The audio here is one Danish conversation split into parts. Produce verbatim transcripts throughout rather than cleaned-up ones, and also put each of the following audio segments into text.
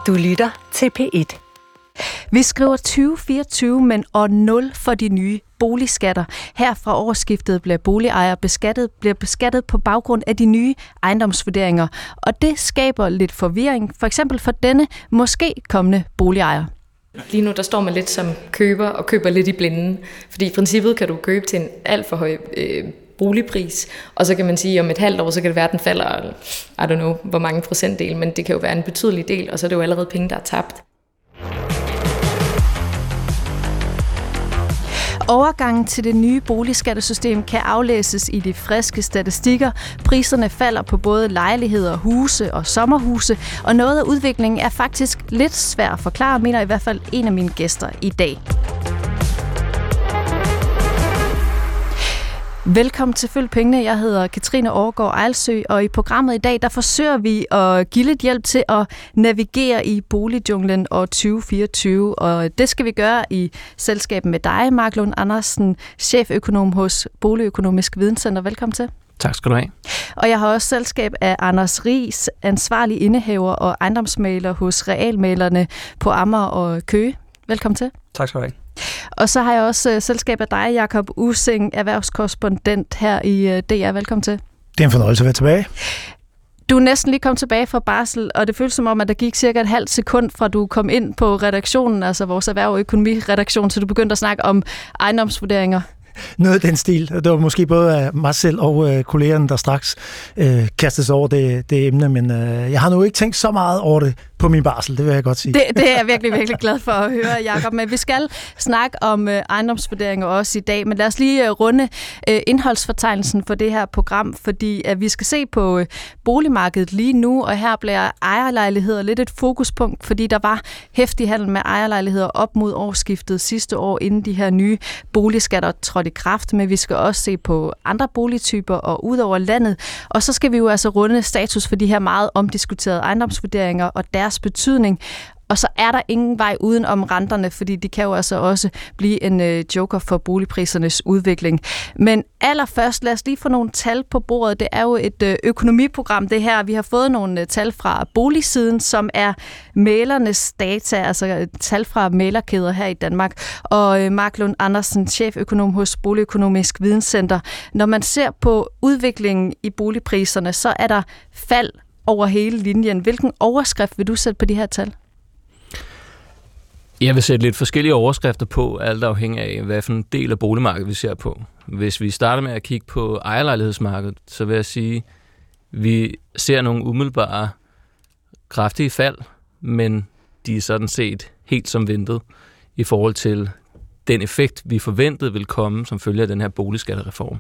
Du lytter til P et. Vi skriver tyve fireogtyve, men år nul for de nye boligskatter. Her fra årsskiftet bliver boligejere beskattet, bliver beskattet på baggrund af de nye ejendomsvurderinger. Og det skaber lidt forvirring, for eksempel for denne måske kommende boligejer. Lige nu der står man lidt som køber og køber lidt i blinden. Fordi i princippet kan du købe til en alt for høj øh, boligpris, og så kan man sige, at om et halvt år, så kan det være, at den falder, I don't know, hvor mange procentdel, men det kan jo være en betydelig del, og så er det jo allerede penge, der er tabt. Overgangen til det nye boligskattesystem kan aflæses i de friske statistikker. Priserne falder på både lejligheder, huse og sommerhuse, og noget af udviklingen er faktisk lidt svær at forklare, mener i hvert fald en af mine gæster i dag. Velkommen til Følg Pengene. Jeg hedder Katrine Overgaard Ejlsø, og i programmet i dag, der forsøger vi at give lidt hjælp til at navigere i boligjunglen år tyve fireogtyve, og det skal vi gøre i selskab med dig, Mark Lund Andersen, cheføkonom hos Boligøkonomisk Videnscenter. Velkommen til. Tak skal du have. Og jeg har også selskab af Anders Riis, ansvarlig indehaver og ejendomsmægler hos Realmælerne på Amager og Køge. Velkommen til. Tak skal du have. Og så har jeg også uh, selskab af dig, Jakob Ussing, erhvervskorrespondent her i uh, D R. Velkommen til. Det er en fornøjelse at være tilbage. Du er næsten lige kommet tilbage fra barsel, og det føles som om, at der gik cirka et halvt sekund fra du kom ind på redaktionen, altså vores erhverv- og økonomiredaktion, så du begyndte at snakke om ejendomsvurderinger. Noget af den stil. Det var måske både mig selv og øh, kollegerne, der straks øh, kastede sig over det, det emne, men øh, jeg har nu ikke tænkt så meget over det på min barsel, det vil jeg godt sige. Det, det er jeg virkelig, virkelig glad for at høre, Jakob. Men vi skal snakke om øh, ejendomsvurderinger også i dag, men lad os lige øh, runde øh, indholdsfortegnelsen for det her program, fordi at vi skal se på øh, boligmarkedet lige nu, og her bliver ejerlejligheder lidt et fokuspunkt, fordi der var heftig handel med ejerlejligheder op mod årsskiftet sidste år, inden de her nye boligskatter trådte i kraft, men vi skal også se på andre boligtyper og ud over landet, og så skal vi jo altså runde status for de her meget omdiskuterede ejendomsvurderinger og deres betydning. Og så er der ingen vej uden om renterne, fordi de kan jo altså også blive en øh, joker for boligprisernes udvikling. Men allerførst, lad os lige få nogle tal på bordet. Det er jo et øh, økonomiprogram, det her. Vi har fået nogle øh, tal fra boligsiden, som er mæglernes data, altså tal fra mæglerkæder her i Danmark. Og øh, Mark Lund Andersen, cheføkonom hos Boligøkonomisk Videnscenter. Når man ser på udviklingen i boligpriserne, så er der fald over hele linjen. Hvilken overskrift vil du sætte på de her tal? Jeg vil sætte lidt forskellige overskrifter på, alt afhængig af, hvad for en del af boligmarkedet vi ser på. Hvis vi starter med at kigge på ejerlejlighedsmarkedet, så vil jeg sige, at vi ser nogle umiddelbare kraftige fald, men de er sådan set helt som ventet i forhold til den effekt, vi forventede vil komme som følge af den her boligskattereform.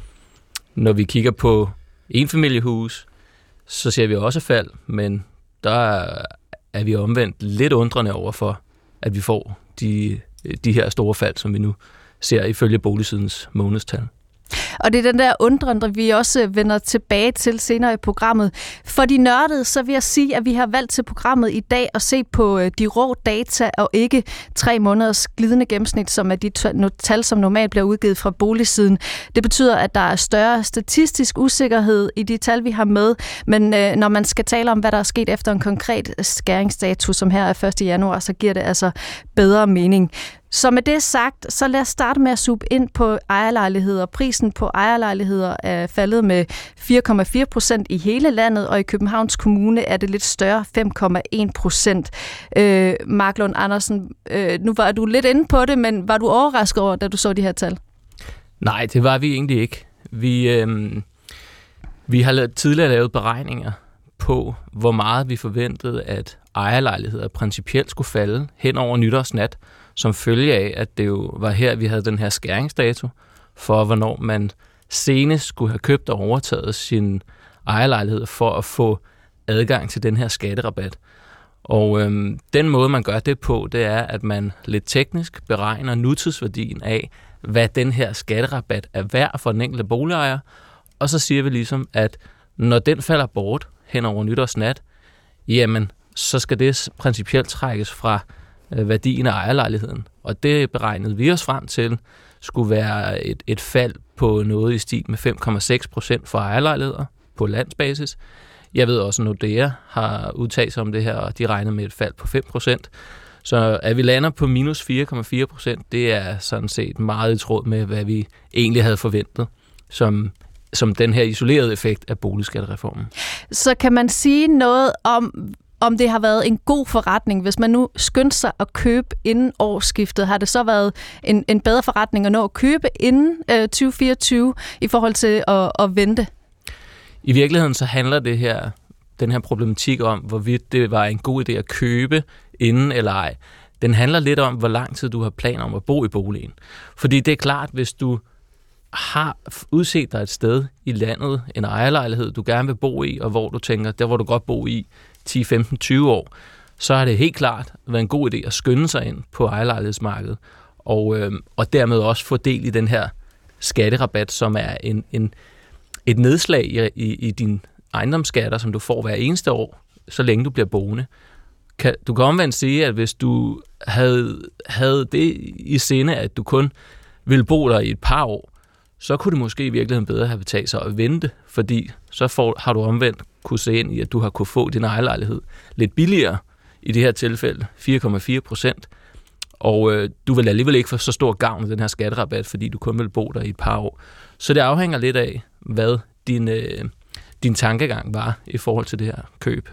Når vi kigger på enfamiliehus, så ser vi også fald, men der er vi omvendt lidt undrende overfor, at vi får de, de her store fald, som vi nu ser ifølge Boligsidens månedstal. Og det er den der undren, vi også vender tilbage til senere i programmet. For de nørdede, så vil jeg sige, at vi har valgt til programmet i dag at se på de rå data, og ikke tre måneders glidende gennemsnit, som er de tal, som normalt bliver udgivet fra Boligsiden. Det betyder, at der er større statistisk usikkerhed i de tal, vi har med, men øh, når man skal tale om, hvad der er sket efter en konkret skæringsdato, som her er første januar, så giver det altså bedre mening. Så med det sagt, så lad os starte med at zoome ind på ejerlejligheder. Prisen på ejerlejligheder er faldet med fire komma fire procent i hele landet, og i Københavns Kommune er det lidt større, fem komma en procent. Øh, Mark Lund Andersen, øh, nu var du lidt inde på det, men var du overrasket over, da du så de her tal? Nej, det var vi egentlig ikke. Vi, øh, vi har tidligere lavet beregninger på, hvor meget vi forventede, at ejerlejligheder principielt skulle falde hen over nytårsnat, som følge af, at det jo var her, vi havde den her skæringsdato for, hvornår man senest skulle have købt og overtaget sin ejerlejlighed for at få adgang til den her skatterabat. Og øhm, den måde, man gør det på, det er, at man lidt teknisk beregner nutidsværdien af, hvad den her skatterabat er værd for den enkelte boligejer, og så siger vi ligesom, at når den falder bort hen over nytårsnat, jamen, så skal det principielt trækkes fra værdien af ejerlejligheden. Og det beregnede vi os frem til skulle være et, et fald på noget i stil med fem komma seks procent for ejerlejligheder på landsbasis, Jeg ved også, at Nordea har udtalt sig om det her, og de regner med et fald på fem procent. Så at vi lander på minus fire komma fire procent, det er sådan set meget i tråd med, hvad vi egentlig havde forventet, som, som den her isolerede effekt af boligskattereformen. Så kan man sige noget om, om det har været en god forretning, hvis man nu skyndte sig at købe inden årsskiftet? Har det så været en, en bedre forretning at nå at købe inden øh, tyve fireogtyve i forhold til at, at vente? I virkeligheden så handler det her, den her problematik om, hvorvidt det var en god idé at købe inden eller ej. Den handler lidt om, hvor lang tid du har planer om at bo i boligen. Fordi det er klart, hvis du har udset dig et sted i landet, en ejerlejlighed, du gerne vil bo i, og hvor du tænker, der hvor du godt bo i ti, femten, tyve år, så er det helt klart været en god idé at skynde sig ind på ejerlejlighedsmarkedet, og, øh, og dermed også få del i den her skatterabat, som er en, en, et nedslag i, i, i dine ejendomsskatter, som du får hver eneste år, så længe du bliver boende. Kan, du kan omvendt sige, at hvis du havde, havde det i sinde, at du kun ville bo der i et par år, så kunne det måske i virkeligheden bedre have betalt sig at vente, fordi så får, har du omvendt kunne se ind i, at du har kunne få din ejerlejlighed lidt billigere, i det her tilfælde fire komma fire procent, og øh, du vil alligevel ikke få så stor gavn af den her skatterabat, fordi du kun vil bo der i et par år. Så det afhænger lidt af, hvad din, øh, din tankegang var i forhold til det her køb.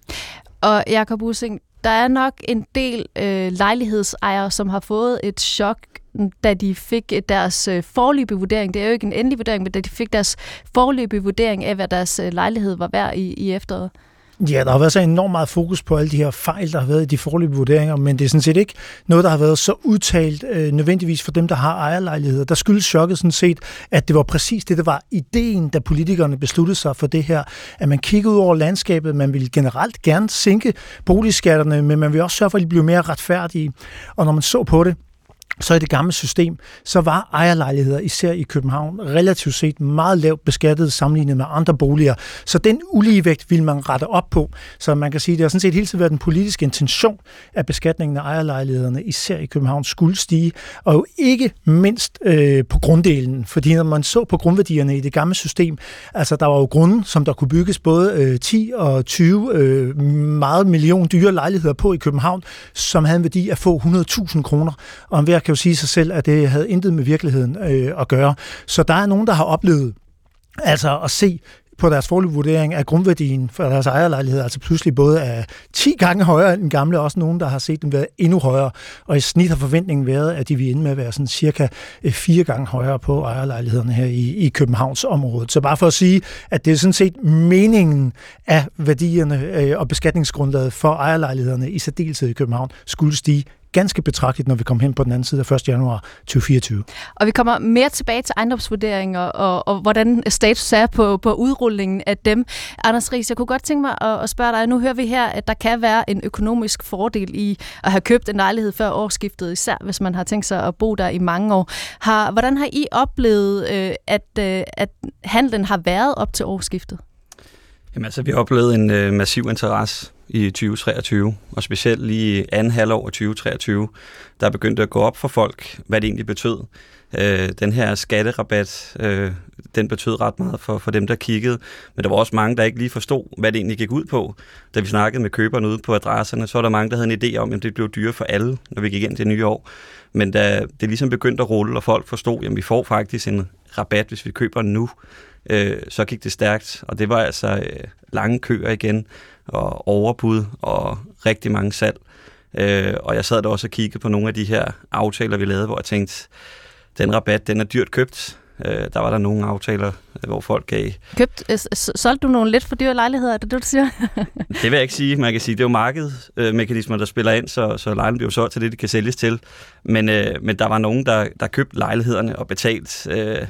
Og Jakob Ussing, der er nok en del øh, lejlighedsejere, som har fået et chok, da de fik deres øh, foreløbige vurdering. Det er jo ikke en endelig vurdering, men da de fik deres foreløbige vurdering af, hvad deres øh, lejlighed var værd i, i efteråret. Ja, der har været så enormt meget fokus på alle de her fejl, der har været i de foreløbige vurderinger, men det er sådan set ikke noget, der har været så udtalt øh, nødvendigvis for dem, der har ejerlejligheder. Der skyldes chokket sådan set, at det var præcis det, der var ideen, da politikerne besluttede sig for det her, at man kiggede ud over landskabet, man ville generelt gerne sænke boligskatterne, men man ville også sørge for, at de blev mere retfærdige. Og når man så på det, så i det gamle system, så var ejerlejligheder, især i København, relativt set meget lavt beskattet sammenlignet med andre boliger. Så den uligevægt ville man rette op på. Så man kan sige, at det har sådan set hele tiden været den politiske intention, at beskatningen af ejerlejlighederne, især i København, skulle stige. Og jo ikke mindst øh, på grunddelen. Fordi når man så på grundværdierne i det gamle system, altså der var jo grunden, som der kunne bygges både øh, ti og tyve øh, meget million dyre lejligheder på i København, som havde en værdi af få hundrede tusind kroner. Og enhver kan jo sige sig selv, at det havde intet med virkeligheden øh, at gøre. Så der er nogen, der har oplevet altså at se på deres foreløbige vurdering af grundværdien for deres ejerlejlighed, altså pludselig både er ti gange højere end den gamle, og også nogen, der har set den være endnu højere. Og i snit har forventningen været, at de vil ende med at være sådan cirka fire gange højere på ejerlejlighederne her i, i Københavns område. Så bare for at sige, at det er sådan set meningen af værdierne øh, og beskatningsgrundlaget for ejerlejlighederne i særdeleshed i København skulle stige ganske betragteligt, når vi kommer hen på den anden side af første januar tyve fireogtyve. Og vi kommer mere tilbage til ejendomsvurderinger og, og hvordan status er på, på udrullingen af dem. Anders Riis, jeg kunne godt tænke mig at, at spørge dig, nu hører vi her, at der kan være en økonomisk fordel i at have købt en lejlighed før årsskiftet, især hvis man har tænkt sig at bo der i mange år. Har, hvordan har I oplevet, at, at handlen har været op til årsskiftet? Jamen altså, vi har oplevet en øh, massiv interesse i tyve treogtyve, og specielt lige i anden halvår af tyve treogtyve, der begyndte at gå op for folk, hvad det egentlig betød. Øh, den her skatterabat, øh, den betød ret meget for, for dem, der kiggede, men der var også mange, der ikke lige forstod, hvad det egentlig gik ud på. Da vi snakkede med køberne ude på adresserne, så var der mange, der havde en idé om, at det blev dyre for alle, når vi gik ind til nye år. Men da det ligesom begyndte at rulle, og folk forstod, at vi får faktisk en rabat, hvis vi køber nu, øh, så gik det stærkt, og det var altså øh, lange køer igen, og overbud og rigtig mange salg. Øh, og jeg sad der også og kiggede på nogle af de her aftaler, vi lavede, hvor jeg tænkte, den rabat, den er dyrt købt. Øh, der var der nogle aftaler, hvor folk gav... Købt? Øh, solgte du nogle lidt for dyre lejligheder, er det det, du siger? Det vil jeg ikke sige. Man kan sige, det er jo markedsmekanismer, der spiller ind, så, så lejligheden bliver solgt til det, de kan sælges til. Men, øh, men der var nogen, der, der købte lejlighederne og betalt øh,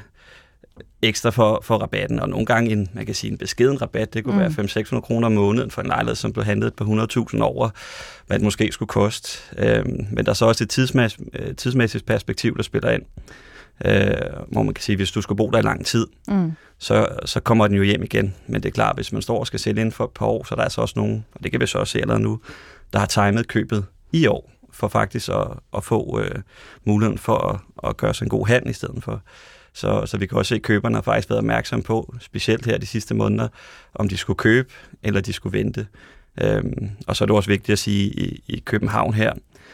ekstra for, for rabatten. Og nogle gange en, man kan sige, en beskeden rabat, det kunne mm. være fem til seks hundrede kroner om måneden for en lejlighed, som blev handlet et par hundrede tusind over, hvad det måske skulle koste. Øh, men der er så også et tidsmæs- tidsmæssigt perspektiv, der spiller ind. Øh, hvor man kan sige, hvis du skal bo der i lang tid, mm. så, så kommer den jo hjem igen. Men det er klart, hvis man står og skal sælge inden for et par år, så der er så også nogen, og det kan vi så også se allerede nu, der har timet købet i år, for faktisk at, at få øh, muligheden for at, at gøre sig en god handel i stedet for. Så, så vi kan også se, at køberne har faktisk været opmærksomme på, specielt her de sidste måneder, om de skulle købe, eller de skulle vente. Øhm, og så er det også vigtigt at sige, at i, i København her,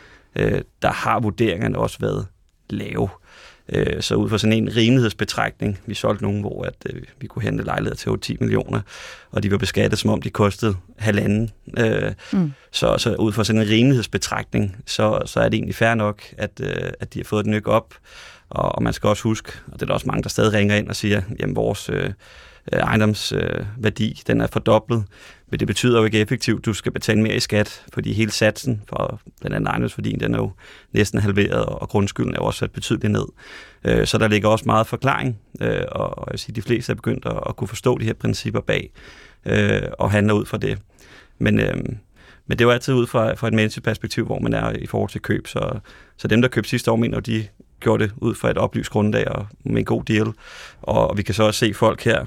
øh, der har vurderingerne også været lave. Øh, så ud fra sådan en rimelighedsbetragtning, vi solgte nogen, hvor at, øh, vi kunne hente lejligheder til otte til ti millioner, og de var beskattet, som om de kostede halvanden. Øh, mm. så, så ud fra sådan en rimelighedsbetragtning, så, så er det egentlig fair nok, at, øh, at de har fået et nyk op. Og, og man skal også huske, og det er der også mange, der stadig ringer ind og siger, jamen vores øh, ejendomsværdi, øh, den er fordoblet. Men det betyder jo ikke effektivt, at du skal betale mere i skat, fordi hele satsen for blandt andet ejendomsværdien, den er jo næsten halveret, og grundskylden er også sat betydeligt ned. Øh, så der ligger også meget forklaring, øh, og, og jeg siger, de fleste er begyndt at, at kunne forstå de her principper bag, øh, og handle ud fra det. Men, øh, men det er jo altid ud fra, fra et menneskeligt perspektiv, hvor man er i forhold til køb. Så, så dem, der købte sidste år, mener de gjorde det ud fra et oplyst grundlag og med en god deal. Og vi kan så også se folk her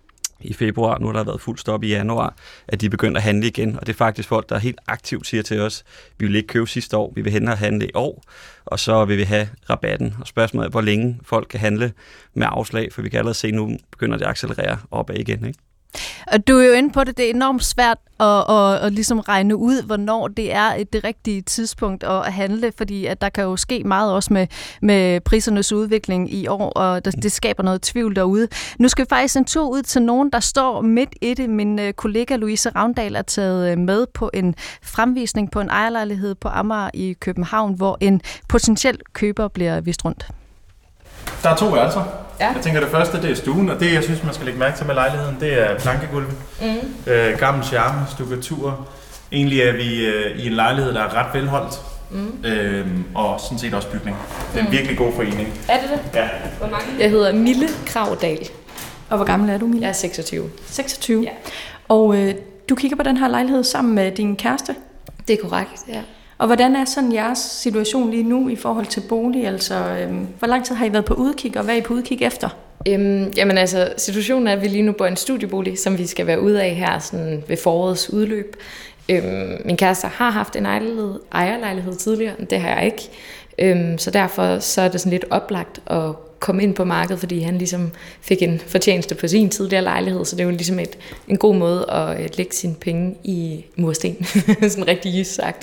i februar, nu har der været fuld stop i januar, at de begynder at handle igen. Og det er faktisk folk, der helt aktivt siger til os, vi vil ikke købe sidste år, vi vil hellere handle i år, og så vil vi have rabatten. Og spørgsmålet er, hvor længe folk kan handle med afslag, for vi kan allerede se, nu begynder det at accelerere opad igen, ikke? Og du er jo inde på det, det er enormt svært at, at, at ligesom regne ud, hvornår det er det rigtige tidspunkt at handle, fordi at der kan jo ske meget også med, med prisernes udvikling i år, og det, det skaber noget tvivl derude. Nu skal vi faktisk en tur ud til nogen, der står midt i det. Min kollega Louise Ravndal er taget med på en fremvisning på en ejerlejlighed på Amager i København, hvor en potentiel køber bliver vist rundt. Der er to værelser. Ja. Jeg tænker, det første, det er stuen, og det, jeg synes, man skal lægge mærke til med lejligheden, det er plankegulve. Mm. Øh, gammel charme, stukatur. Egentlig er vi øh, i en lejlighed, der er ret velholdt, mm. øh, og sådan set også bygning. Det er en virkelig god forening. Er det det? Ja. Hvor mange? Jeg hedder Mille Kravdal. Og hvor gammel er du, Mille? Jeg er seksogtyve. seksogtyve? Ja. Og øh, du kigger på den her lejlighed sammen med din kæreste? Det er korrekt, ja. Og hvordan er sådan jeres situation lige nu i forhold til bolig? Altså, øhm, hvor lang tid har I været på udkig, og hvad er I på udkig efter? Øhm, jamen altså, situationen er, at vi lige nu bor i en studiebolig, som vi skal være ude af her sådan ved forårets udløb. Øhm, min kæreste har haft en ejerlejlighed, ejerlejlighed tidligere, det har jeg ikke. Øhm, så derfor så er det sådan lidt oplagt at komme ind på markedet, fordi han ligesom fik en fortjeneste på sin tidligere lejlighed, så det er jo ligesom et, en god måde at uh, lægge sine penge i mursten, sådan rigtig jysk sagt.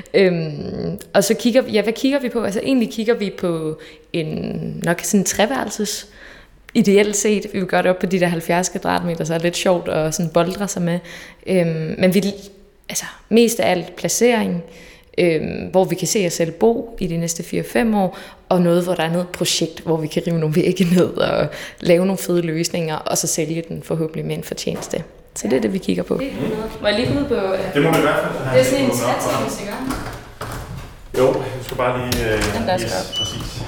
Øhm, og så kigger vi, ja, hvad kigger vi på? Altså egentlig kigger vi på en nok sådan en treværelses, ideelt set. Vi vil gøre det op på de der halvfjerds kvadratmeter, så er det lidt sjovt at sådan boldre sig med. Øhm, men vi, altså mest af alt placering, Øhm, hvor vi kan se os selv bo i de næste fire fem år, og noget, hvor der er noget projekt, hvor vi kan rive nogle vægge ned og lave nogle fede løsninger, og så sælge den forhåbentlig med en fortjeneste. Så det er det, vi kigger på. Må jeg lige gå ud på... Uh... Det må vi i hvert fald. Det er sådan en trætændelse, ikke? Jo, du skal bare lige... Uh, Den der yes, skal præcis.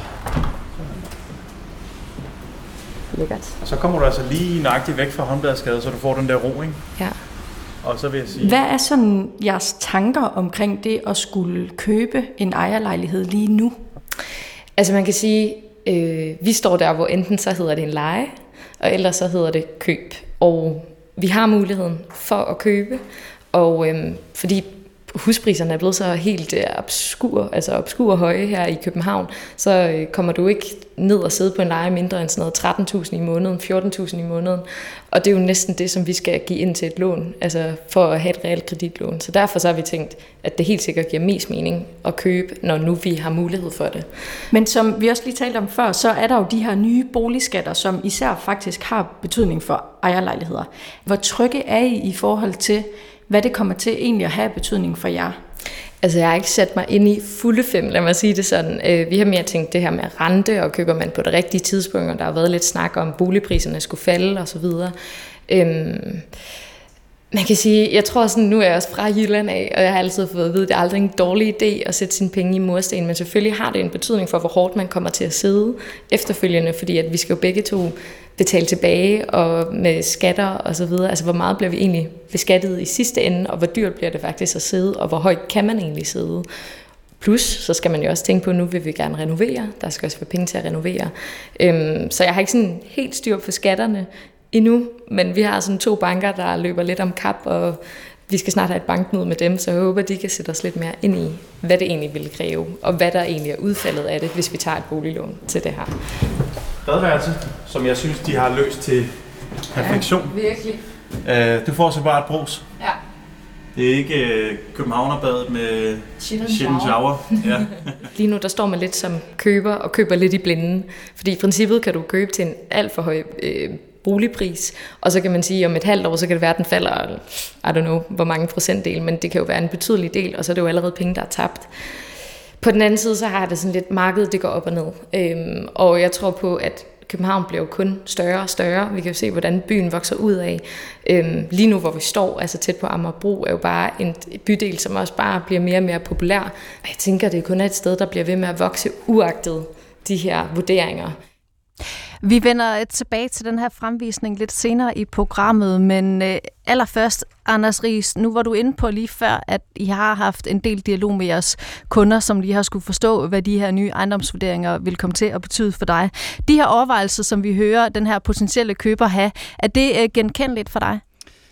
Lækkert. Så kommer du altså lige nøjagtigt væk fra håndbladskade, så du får den der ro, ikke? Ja. Og så vil jeg sige... Hvad er sådan jeres tanker omkring det at skulle købe en ejerlejlighed lige nu? Altså man kan sige, øh, vi står der, hvor enten så hedder det en leje, og ellers så hedder det køb. Og vi har muligheden for at købe, og øh, fordi huspriserne er blevet så helt øh, obskur, altså obskur høje her i København, så øh, kommer du ikke ned og sidde på en leje mindre end sådan noget tretten tusind i måneden, fjorten tusind i måneden. Og det er jo næsten det, som vi skal give ind til et lån, altså for at have et reelt kreditlån. Så derfor så har vi tænkt, at det helt sikkert giver mest mening at købe, når nu vi har mulighed for det. Men som vi også lige talte om før, så er der jo de her nye boligskatter, som især faktisk har betydning for ejerlejligheder. Hvor trygge er I i forhold til, hvad det kommer til egentlig at have betydning for jer? Altså jeg har ikke sat mig ind i fulde fem, lad mig sige det sådan. Vi har mere tænkt det her med rente, og køber man på det rigtige tidspunkt, og der har været lidt snak om, boligpriserne skulle falde osv. Øhm, man kan sige, jeg tror sådan, nu er jeg også fra Jylland af, og jeg har altid fået at vide, at det er aldrig en dårlig idé at sætte sine penge i mursten, men selvfølgelig har det en betydning for, hvor hårdt man kommer til at sidde efterfølgende, fordi at vi skal jo begge to betale tilbage og med skatter og så videre. Altså hvor meget bliver vi egentlig beskattet i sidste ende, og hvor dyrt bliver det faktisk at sidde, og hvor højt kan man egentlig sidde. Plus, så skal man jo også tænke på, at nu vil vi gerne renovere. Der skal også være penge til at renovere. Øhm, så jeg har ikke sådan helt styr på skatterne endnu, men vi har sådan to banker, der løber lidt om kap, og vi skal snart have et bankmøde med dem, så jeg håber, de kan sætte os lidt mere ind i, hvad det egentlig vil kræve, og hvad der egentlig er udfaldet af det, hvis vi tager et boliglån til det her. badeværelse, som jeg synes, de har løst til perfektion. Ja, virkelig. Uh, du får så bare et brus. Ja. Det er ikke uh, Københavnerbadet med shit and shower. Ja. Lige nu der står man lidt som køber og køber lidt i blinden. Fordi i princippet kan du købe til en alt for høj øh, boligpris, og så kan man sige, at om et halvt år, så kan det være, at den falder, I don't know, hvor mange procentdel, men det kan jo være en betydelig del, og så er det jo allerede penge, der er tabt. På den anden side, så har det sådan lidt, markedet det går op og ned. Øhm, og jeg tror på, at København bliver jo kun større og større. Vi kan jo se, hvordan byen vokser ud af. Øhm, lige nu, hvor vi står, altså tæt på Amagerbro, er jo bare en bydel, som også bare bliver mere og mere populær. Og jeg tænker, det kun er et sted, der bliver ved med at vokse uagtet de her vurderinger. Vi vender tilbage til den her fremvisning lidt senere i programmet, men øh, allerførst, Anders Riis, nu var du inde på lige før, at I har haft en del dialog med jeres kunder, som lige har skulle forstå, hvad de her nye ejendomsvurderinger vil komme til at betyde for dig. De her overvejelser, som vi hører den her potentielle køber have, er det øh, genkendeligt for dig?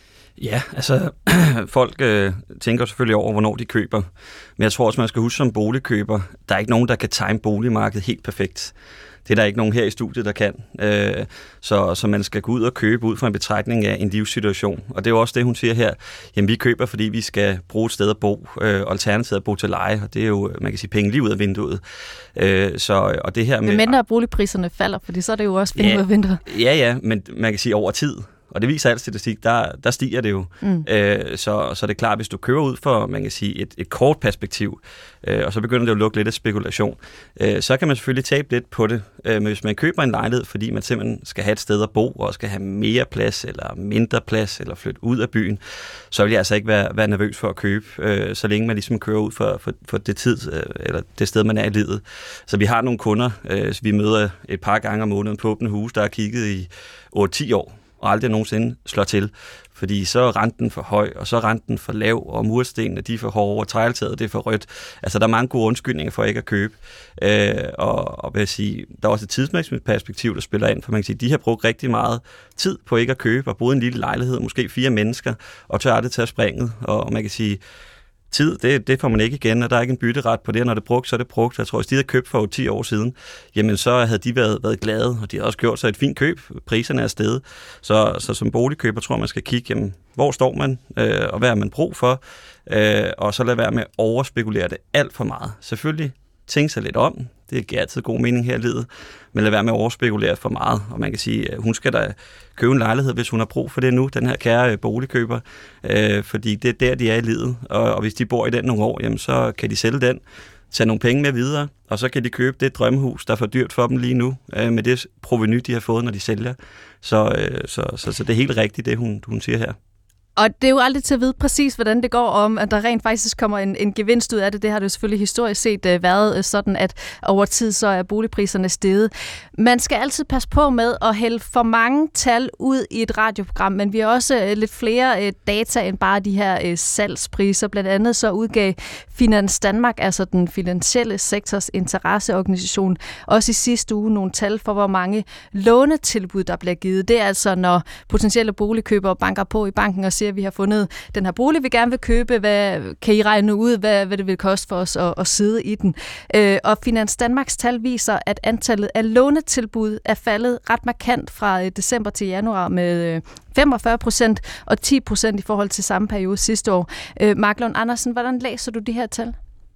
Ja, altså folk øh, tænker selvfølgelig over, hvornår de køber. Men jeg tror også, man skal huske som boligkøber, der er ikke nogen, der kan time boligmarkedet helt perfekt. Det er der ikke nogen her i studiet, der kan. Øh, så, så man skal gå ud og købe ud fra en betragtning af en livssituation. Og det er jo også det, hun siger her. Jamen, vi køber, fordi vi skal bruge et sted at bo. Øh, alternativet at bo til leje. Og det er jo, man kan sige, penge lige ud af vinduet. Øh, så, og det her med... Men mindre boligpriserne falder, fordi så er det jo også penge ja, ud af vinduet. Ja, ja, men man kan sige over tid. Og det viser alt statistik, der, der stiger det jo. Mm. Øh, så, så det er klart, hvis du køber ud for, man kan sige, et, et kort perspektiv, øh, og så begynder det at lukke lidt af spekulation, øh, så kan man selvfølgelig tabe lidt på det. Øh, men hvis man køber en lejlighed, fordi man simpelthen skal have et sted at bo, og skal have mere plads, eller mindre plads, eller flytte ud af byen, så vil jeg altså ikke være, være nervøs for at købe, øh, så længe man ligesom kører ud for, for, for det tid, øh, eller det sted, man er i livet. Så vi har nogle kunder, øh, vi møder et par gange om måneden på åbne hus, der har kigget i otte til ti år, og aldrig nogensinde slår til, fordi så er renten for høj, og så er renten for lav, og murstenene de er for hårde, og tegltaget det er for rødt. Altså, der er mange gode undskyldninger for ikke at købe. Øh, og, og vil jeg sige, der er også et tidsmæssigt perspektiv, der spiller ind, for man kan sige, de har brugt rigtig meget tid på ikke at købe, og boet i en lille lejlighed, måske fire mennesker, og tør det til at springe, og man kan sige, tid, det, det får man ikke igen, og der er ikke en bytteret på det, og når det er brugt, så er det brugt. Jeg tror, hvis de havde købt for ti år siden, jamen så havde de været, været glade, og de har også gjort sig et fint køb. Priserne er steget. Så, så som boligkøber tror man skal kigge, jamen, hvor står man, øh, og hvad har man brug for, øh, og så lade være med at overspekulere det alt for meget. Selvfølgelig tænke sig lidt om. Det giver altid god mening her i livet, men lad være med at overspekulere for meget. Og man kan sige, at hun skal da købe en lejlighed, hvis hun har brug for det nu, den her kære boligkøber, øh, fordi det er der, de er i livet. Og, og hvis de bor i den nogle år, jamen, så kan de sælge den, tage nogle penge med videre, og så kan de købe det drømmehus, der er for dyrt for dem lige nu, øh, med det proveny, de har fået, når de sælger. Så, øh, så, så, så det er helt rigtigt, det hun, hun siger her. Og det er jo aldrig til at vide præcis, hvordan det går, om at der rent faktisk kommer en, en gevinst ud af det. Det har det jo selvfølgelig historisk set uh, været sådan, at over tid så er boligpriserne steget. Man skal altid passe på med at hælde for mange tal ud i et radioprogram, men vi har også uh, lidt flere uh, data end bare de her uh, salgspriser. Blandt andet så udgav Finans Danmark, altså den finansielle sektors interesseorganisation, også i sidste uge nogle tal for, hvor mange lånetilbud, der bliver givet. Det er altså, når potentielle boligkøbere banker på i banken og siger, at vi har fundet den her bolig, vi gerne vil købe. Hvad kan I regne ud, hvad, hvad det vil koste for os at, at sidde i den? Øh, og Finans Danmarks tal viser, at antallet af lånetilbud er faldet ret markant fra december til januar med femogfyrre procent og ti procent i forhold til samme periode sidste år. Øh, Mark Lund Andersen, hvordan læser du de her tal?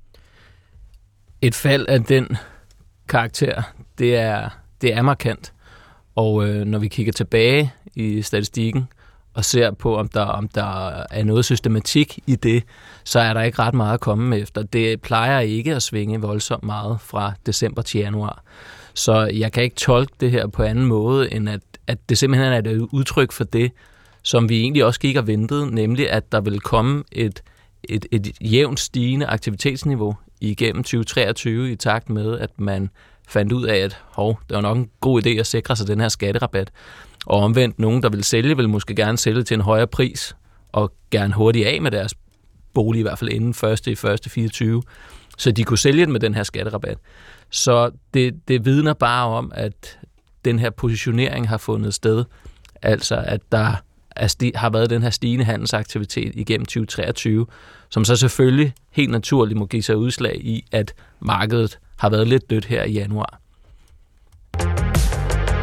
Et fald af den karakter, det er, det er markant. Og øh, når vi kigger tilbage i statistikken, og ser på, om der, om der er noget systematik i det, så er der ikke ret meget at komme efter. Det plejer ikke at svinge voldsomt meget fra december til januar. Så jeg kan ikke tolke det her på anden måde, end at, at det simpelthen er et udtryk for det, som vi egentlig også gik og ventede, nemlig at der vil komme et, et, et jævnt stigende aktivitetsniveau igennem tyve treogtyve i takt med, at man fandt ud af, at hov, det var nok en god idé at sikre sig den her skatterabat. Og omvendt, nogen, der vil sælge, vil måske gerne sælge til en højere pris, og gerne hurtigt af med deres bolig, i hvert fald inden første i første fireogtyve, så de kunne sælge den med den her skatterabat. Så det, det vidner bare om, at den her positionering har fundet sted, altså at der er sti- har været den her stigende handelsaktivitet igennem tyve treogtyve, som så selvfølgelig helt naturligt må give sig udslag i, at markedet har været lidt dødt her i januar.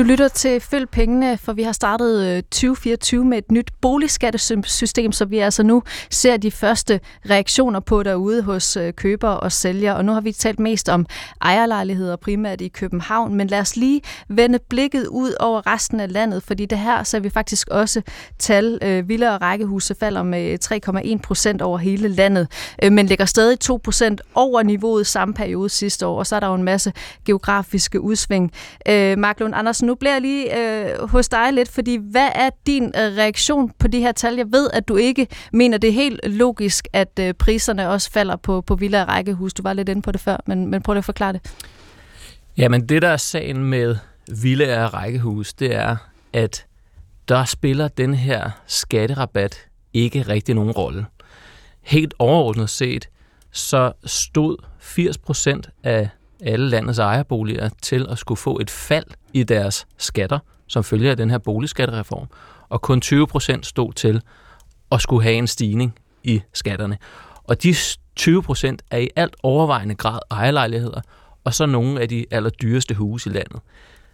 Du lytter til Følg Pengene, for vi har startet tyve fireogtyve med et nyt boligskattesystem, så vi altså nu ser de første reaktioner på derude hos købere og sælgere. Og nu har vi talt mest om ejerlejligheder, primært i København, men lad os lige vende blikket ud over resten af landet, fordi det her ser vi faktisk også tal. Villa og rækkehuse falder med tre komma en procent over hele landet, men ligger stadig to procent over niveauet samme periode sidste år, og så er der jo en masse geografiske udsving. Mark Lund Andersen, nu bliver jeg lige øh, hos dig lidt, fordi hvad er din øh, reaktion på de her tal? Jeg ved, at du ikke mener, det er helt logisk, at øh, priserne også falder på, på villa og rækkehus. Du var lidt inde på det før, men, men prøv lige at forklare det. Jamen, det der er sagen med villa og rækkehus, det er, at der spiller den her skatterabat ikke rigtig nogen rolle. Helt overordnet set, så stod firs procent af alle landets ejerboliger til at skulle få et fald i deres skatter, som følger af den her boligskattereform, og kun tyve procent stod til at skulle have en stigning i skatterne. Og de tyve procent er i alt overvejende grad ejerlejligheder, og så nogle af de allerdyreste huse i landet.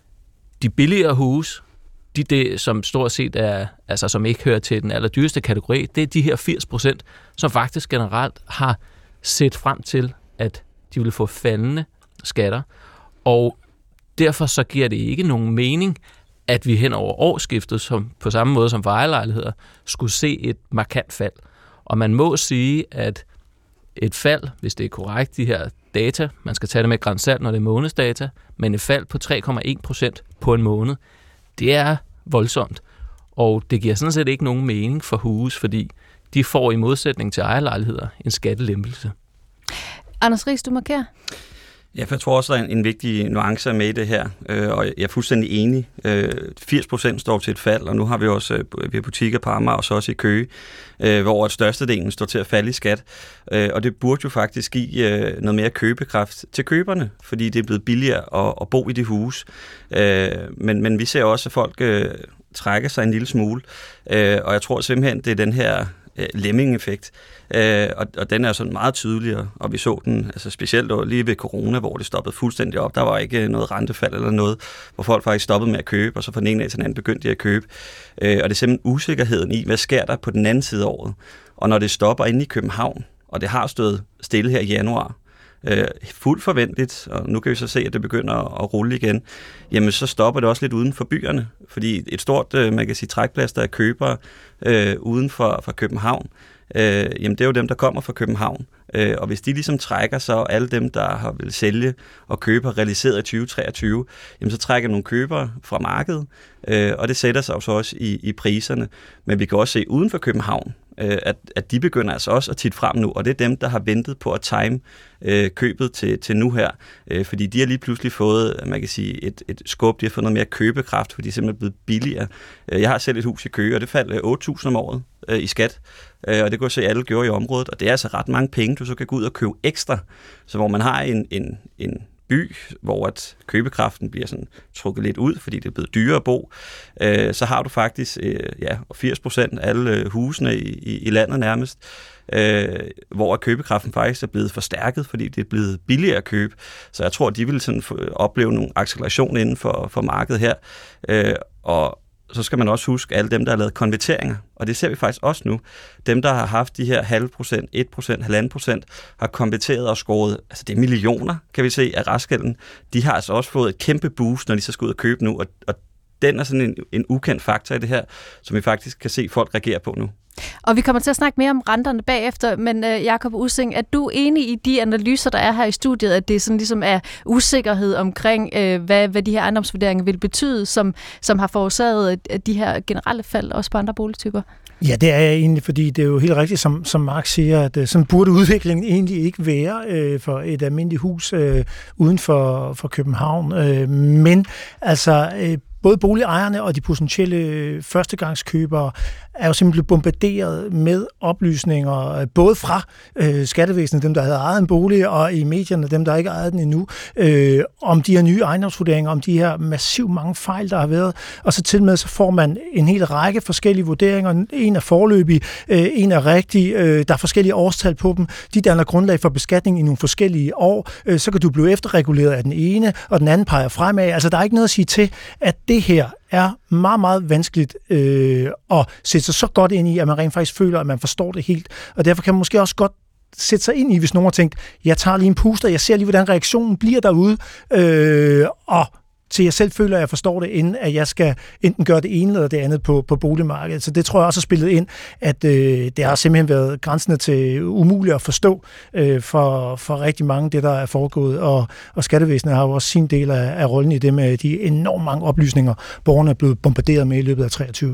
De billigere huse, de det, som stort set er, altså som ikke hører til den allerdyreste kategori, det er de her firs procent, som faktisk generelt har set frem til, at de vil få faldende skatter, og derfor så giver det ikke nogen mening, at vi hen over årsskiftet, som på samme måde som for ejerlejligheder, skulle se et markant fald. Og man må sige, at et fald, hvis det er korrekt, de her data, man skal tage det med grænsalt, når det er månedsdata, men et fald på tre komma en procent på en måned, det er voldsomt. Og det giver sådan set ikke nogen mening for huse, fordi de får i modsætning til ejerlejligheder en skattelempelse. Anders Riis, du markerer? Ja, for jeg tror også, der er en, en vigtig nuance med i det her, øh, og jeg er fuldstændig enig. Øh, firs procent står til et fald, og nu har vi også øh, vi har butikker på Amager og så også i Køge, øh, hvor at størstedelen står til at falde i skat. Øh, og det burde jo faktisk give øh, noget mere købekraft til køberne, fordi det er blevet billigere at, at bo i det hus. Øh, men, men vi ser også, at folk øh, trækker sig en lille smule, øh, og jeg tror simpelthen, det er den her lemming-effekt, øh, og, og den er sådan meget tydeligere, og vi så den altså specielt lige ved corona, hvor det stoppede fuldstændig op. Der var ikke noget rentefald eller noget, hvor folk faktisk stoppede med at købe, og så fra den ene af til den anden begyndte de at købe. Øh, og det er simpelthen usikkerheden i, hvad sker der på den anden side af året. Og når det stopper inde i København, og det har stået stille her i januar, øh, fuldt forventeligt, og nu kan vi så se, at det begynder at rulle igen, jamen så stopper det også lidt uden for byerne, fordi et stort, øh, man kan sige, trækplaster af købere øh, uden for, for København, øh, jamen det er jo dem, der kommer fra København, øh, og hvis de ligesom trækker så alle dem, der har vil sælge og købe har realiseret i tyve treogtyve, jamen så trækker nogle købere fra markedet, øh, og det sætter sig jo så også i, i priserne, men vi kan også se uden for København, At, at de begynder altså også at titte frem nu, og det er dem, der har ventet på at time øh, købet til, til nu her, øh, fordi de har lige pludselig fået, man kan sige, et, et skub, de har fået noget mere købekraft, fordi de er simpelthen blevet billigere. Jeg har selv et hus i Køge, og det faldt otte tusind om året øh, i skat, øh, og det kunne jeg se, at alle gjorde i området, og det er altså ret mange penge, du så kan gå ud og købe ekstra, så hvor man har en, en, en by, hvor at købekraften bliver sådan trukket lidt ud, fordi det er blevet dyrere at bo, øh, så har du faktisk øh, ja, firs procent af alle øh, husene i, i, i landet nærmest, øh, hvor købekraften faktisk er blevet forstærket, fordi det er blevet billigere at købe. Så jeg tror, at de vil sådan opleve nogle acceleration inden for, for markedet her, øh, og så skal man også huske alle dem, der har lavet konverteringer, og det ser vi faktisk også nu. Dem, der har haft de her halv procent, et procent, halvanden procent, har konverteret og skåret, altså det er millioner, kan vi se, af restgælden. De har altså også fået et kæmpe boost, når de så skal ud og købe nu, og, og den er sådan en, en ukendt faktor i det her, som vi faktisk kan se folk reagere på nu. Og vi kommer til at snakke mere om renterne bagefter, men uh, Jakob Ussing, er du enig i de analyser, der er her i studiet, at det sådan ligesom er usikkerhed omkring, uh, hvad, hvad de her ejendomsvurderinger vil betyde, som, som har forårsaget de her generelle fald også på andre boligtyper? Ja, det er jeg egentlig, fordi det er jo helt rigtigt, som, som Mark siger, at uh, sådan burde udviklingen egentlig ikke være uh, for et almindeligt hus uh, uden for, for København. Uh, men altså... Uh, Både boligejerne og de potentielle førstegangskøbere er jo simpelthen blevet bombarderet med oplysninger, både fra øh, skattevæsenet, dem der havde ejet en bolig, og i medierne, dem der ikke ejede den endnu, øh, om de her nye ejendomsvurderinger, om de her massivt mange fejl, der har været, og så til med, så får man en hel række forskellige vurderinger. En er foreløbig, øh, en er rigtig, øh, der er forskellige årstal på dem, de danner grundlag for beskatning i nogle forskellige år, øh, så kan du blive efterreguleret af den ene, og den anden peger fremad. Altså, der er ikke noget at sige til, at det her er meget, meget vanskeligt øh, at sætte sig så godt ind i, at man rent faktisk føler, at man forstår det helt. Og derfor kan man måske også godt sætte sig ind i, hvis nogen har tænkt, jeg tager lige en puster, jeg ser lige, hvordan reaktionen bliver derude, øh, og til jeg selv føler, at jeg forstår det, inden at jeg skal enten gøre det ene eller det andet på, på boligmarkedet. Så det tror jeg også har spillet ind, at øh, det har simpelthen været grænsende til umuligt at forstå øh, for, for rigtig mange, det der er foregået. Og, og skattevæsenet har jo også sin del af, af rollen i det med de enormt mange oplysninger, borgerne er blevet bombarderet med i løbet af treogtyve.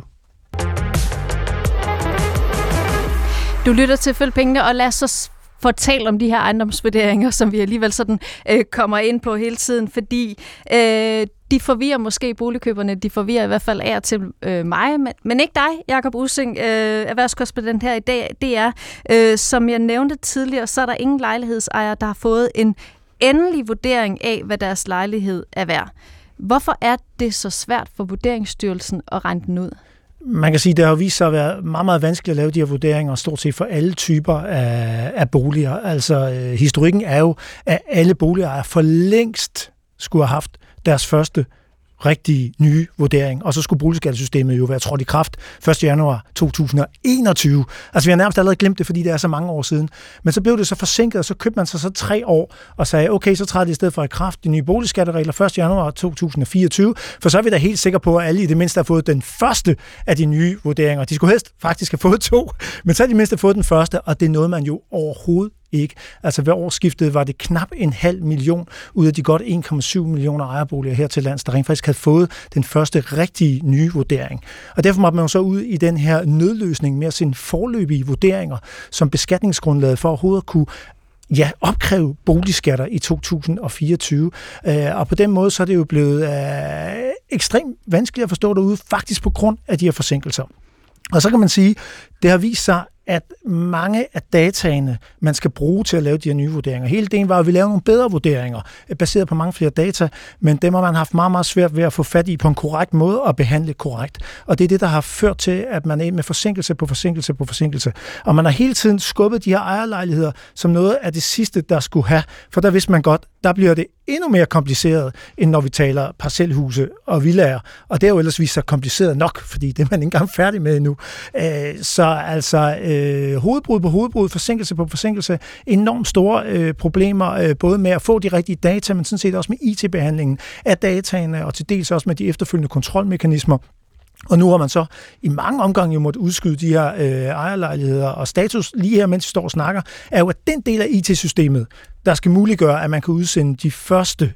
Du lytter til Følg Pengene, og lad os så fortælle om de her ejendomsvurderinger, som vi alligevel sådan øh, kommer ind på hele tiden, fordi øh, de forvirrer måske boligkøberne, de forvirrer i hvert fald af og til øh, mig, men, men ikke dig, Jakob Ussing, øh, erhvervskorrespondent her i dag. Det er, øh, som jeg nævnte tidligere, så er der ingen lejlighedsejere, der har fået en endelig vurdering af, hvad deres lejlighed er værd. Hvorfor er det så svært for Vurderingsstyrelsen at regne den ud? Man kan sige, at det har vist sig at være meget, meget vanskeligt at lave de her vurderinger, stort set for alle typer af, af boliger. Altså, øh, historikken er jo, at alle boligejere for længst skulle have haft deres første rigtige nye vurdering, og så skulle boligskattesystemet jo være trådt i kraft første januar to tusind og enogtyve. Altså, vi har nærmest allerede glemt det, fordi det er så mange år siden. Men så blev det så forsinket, og så købte man sig så tre år og sagde, okay, så træder det i stedet for i kraft de nye boligskatteregler første januar to tusind og fireogtyve, for så er vi da helt sikre på, at alle i det mindste har fået den første af de nye vurderinger. De skulle helst faktisk have fået to, men så har de mindste fået den første, og det er noget, man jo overhovedet ikke. Altså ved årsskiftet var det knap en halv million ud af de godt en komma syv millioner ejerboliger her til lands, der rent faktisk havde fået den første rigtige nye vurdering. Og derfor måtte man jo så ud i den her nødløsning med at sende foreløbige vurderinger som beskatningsgrundlaget for overhovedet at kunne ja, opkræve boligskatter i to tusind og fireogtyve. Øh, og på den måde så er det jo blevet øh, ekstremt vanskeligt at forstå derude, faktisk på grund af de her forsinkelser. Og så kan man sige, det har vist sig, at mange af dataene, man skal bruge til at lave de her nye vurderinger. Hele ideen var, at vi laver nogle bedre vurderinger, baseret på mange flere data, men dem har man haft meget, meget svært ved at få fat i på en korrekt måde og behandle korrekt. Og det er det, der har ført til, at man er med forsinkelse på forsinkelse på forsinkelse. Og man har hele tiden skubbet de her ejerlejligheder som noget af det sidste, der skulle have. For der vidste man godt, der bliver det endnu mere kompliceret, end når vi taler parcelhuse og villaer. Og det er jo ellers vist sig kompliceret nok, fordi det er man ikke engang færdig med endnu. Så altså øh, hovedbrud på hovedbrud, forsinkelse på forsinkelse, enormt store øh, problemer, øh, både med at få de rigtige data, men sådan set også med I T-behandlingen af dataene, og til dels også med de efterfølgende kontrolmekanismer. Og nu har man så i mange omgange jo måtte udskyde de her øh, ejerlejligheder, og status lige her, mens vi står og snakker, er jo, at den del af I T-systemet, der skal muliggøre, at man kan udsende de første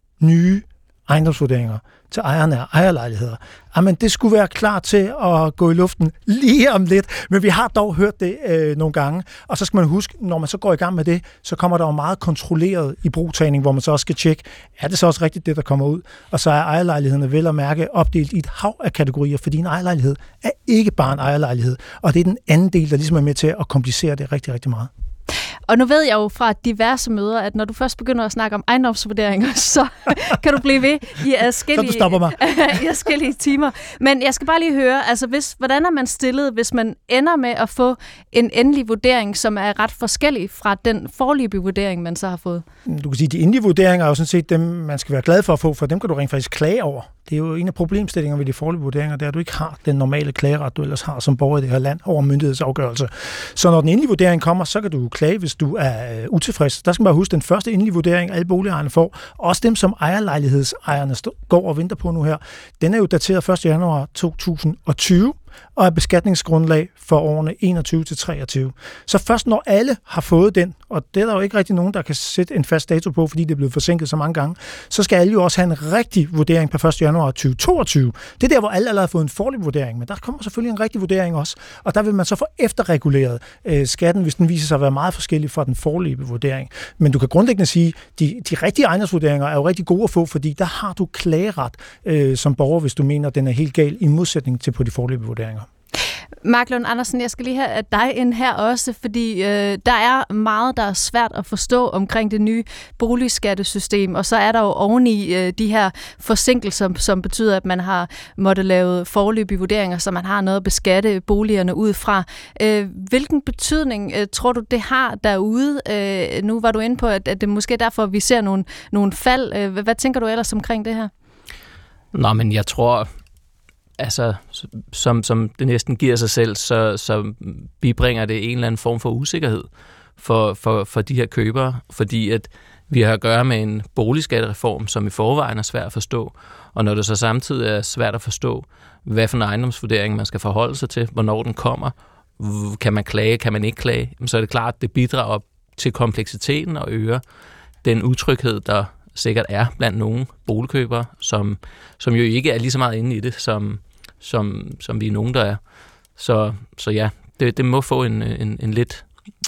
nye ejendomsvurderinger til ejerne af ejerlejligheder. Jamen, det skulle være klar til at gå i luften lige om lidt, men vi har dog hørt det øh, nogle gange. Og så skal man huske, når man så går i gang med det, så kommer der jo meget kontrolleret i brugtagning, hvor man så også skal tjekke, er det så også rigtigt det, der kommer ud? Og så er ejerlejlighederne vel at mærke opdelt i et hav af kategorier, fordi en ejerlejlighed er ikke bare en ejerlejlighed. Og det er den anden del, der ligesom er med til at komplicere det rigtig, rigtig meget. Og nu ved jeg jo fra diverse møder, at når du først begynder at snakke om ejendomsvurderinger, så kan du blive ved i adskillige, så du stopper mig. i adskillige timer. Men jeg skal bare lige høre, altså hvis, hvordan er man stillet, hvis man ender med at få en endelig vurdering, som er ret forskellig fra den foreløbige vurdering, man så har fået? Du kan sige, at de endelige vurderinger er jo sådan set dem, man skal være glad for at få, for dem kan du rent faktisk klage over. Det er jo en af problemstillingerne ved de foreløbige vurderinger, det er, at du ikke har den normale klageret, du ellers har som borger i det her land over myndighedsafgørelse. Så når den endelige vurdering kommer, så kan du klage, hvis du er utilfreds. Der skal man bare huske, den første endelige vurdering, alle boligejerne får, også dem, som ejerlejlighedsejerne går og venter på nu her, den er jo dateret første januar to tusind og tyve, og er beskatningsgrundlag for årene enogtyve til treogtyve. Så først når alle har fået den, og det er der jo ikke rigtig nogen, der kan sætte en fast dato på, fordi det er blevet forsinket så mange gange, så skal alle jo også have en rigtig vurdering på første januar to tusind og toogtyve. Det er der, hvor alle allerede har fået en foreløbig vurdering, men der kommer selvfølgelig en rigtig vurdering også, og der vil man så få efterreguleret øh, skatten, hvis den viser sig at være meget forskellig fra den foreløbige vurdering. Men du kan grundlæggende sige, at de, de rigtige ejendomsvurderinger er jo rigtig gode at få, fordi der har du klageret øh, som borger, hvis du mener, at den er helt gal, i modsætning til på de foreløbige vurderinger. Mark Lund Andersen, jeg skal lige have dig ind her også, fordi øh, der er meget, der er svært at forstå omkring det nye boligskattesystem, og så er der jo oveni øh, de her forsinkelser, som betyder, at man har måttet lave foreløbige vurderinger, så man har noget at beskatte boligerne ud fra. Øh, hvilken betydning øh, tror du, det har derude? Øh, nu var du inde på, at, at det måske er derfor, vi ser nogle, nogle fald. Øh, hvad, hvad tænker du ellers omkring det her? Nå, men jeg tror, altså, som, som det næsten giver sig selv, så, så bibringer det en eller anden form for usikkerhed for, for, for de her købere, fordi at vi har at gøre med en boligskattereform, som i forvejen er svært at forstå, og når det så samtidig er svært at forstå, hvad for en ejendomsvurdering man skal forholde sig til, hvornår den kommer, kan man klage, kan man ikke klage, så er det klart, at det bidrager til kompleksiteten og øger den utryghed, der sikkert er blandt nogle boligkøbere, som, som jo ikke er lige så meget inde i det, som, som, som vi er nogen, der er. Så, så ja, det, det må få en, en, en lidt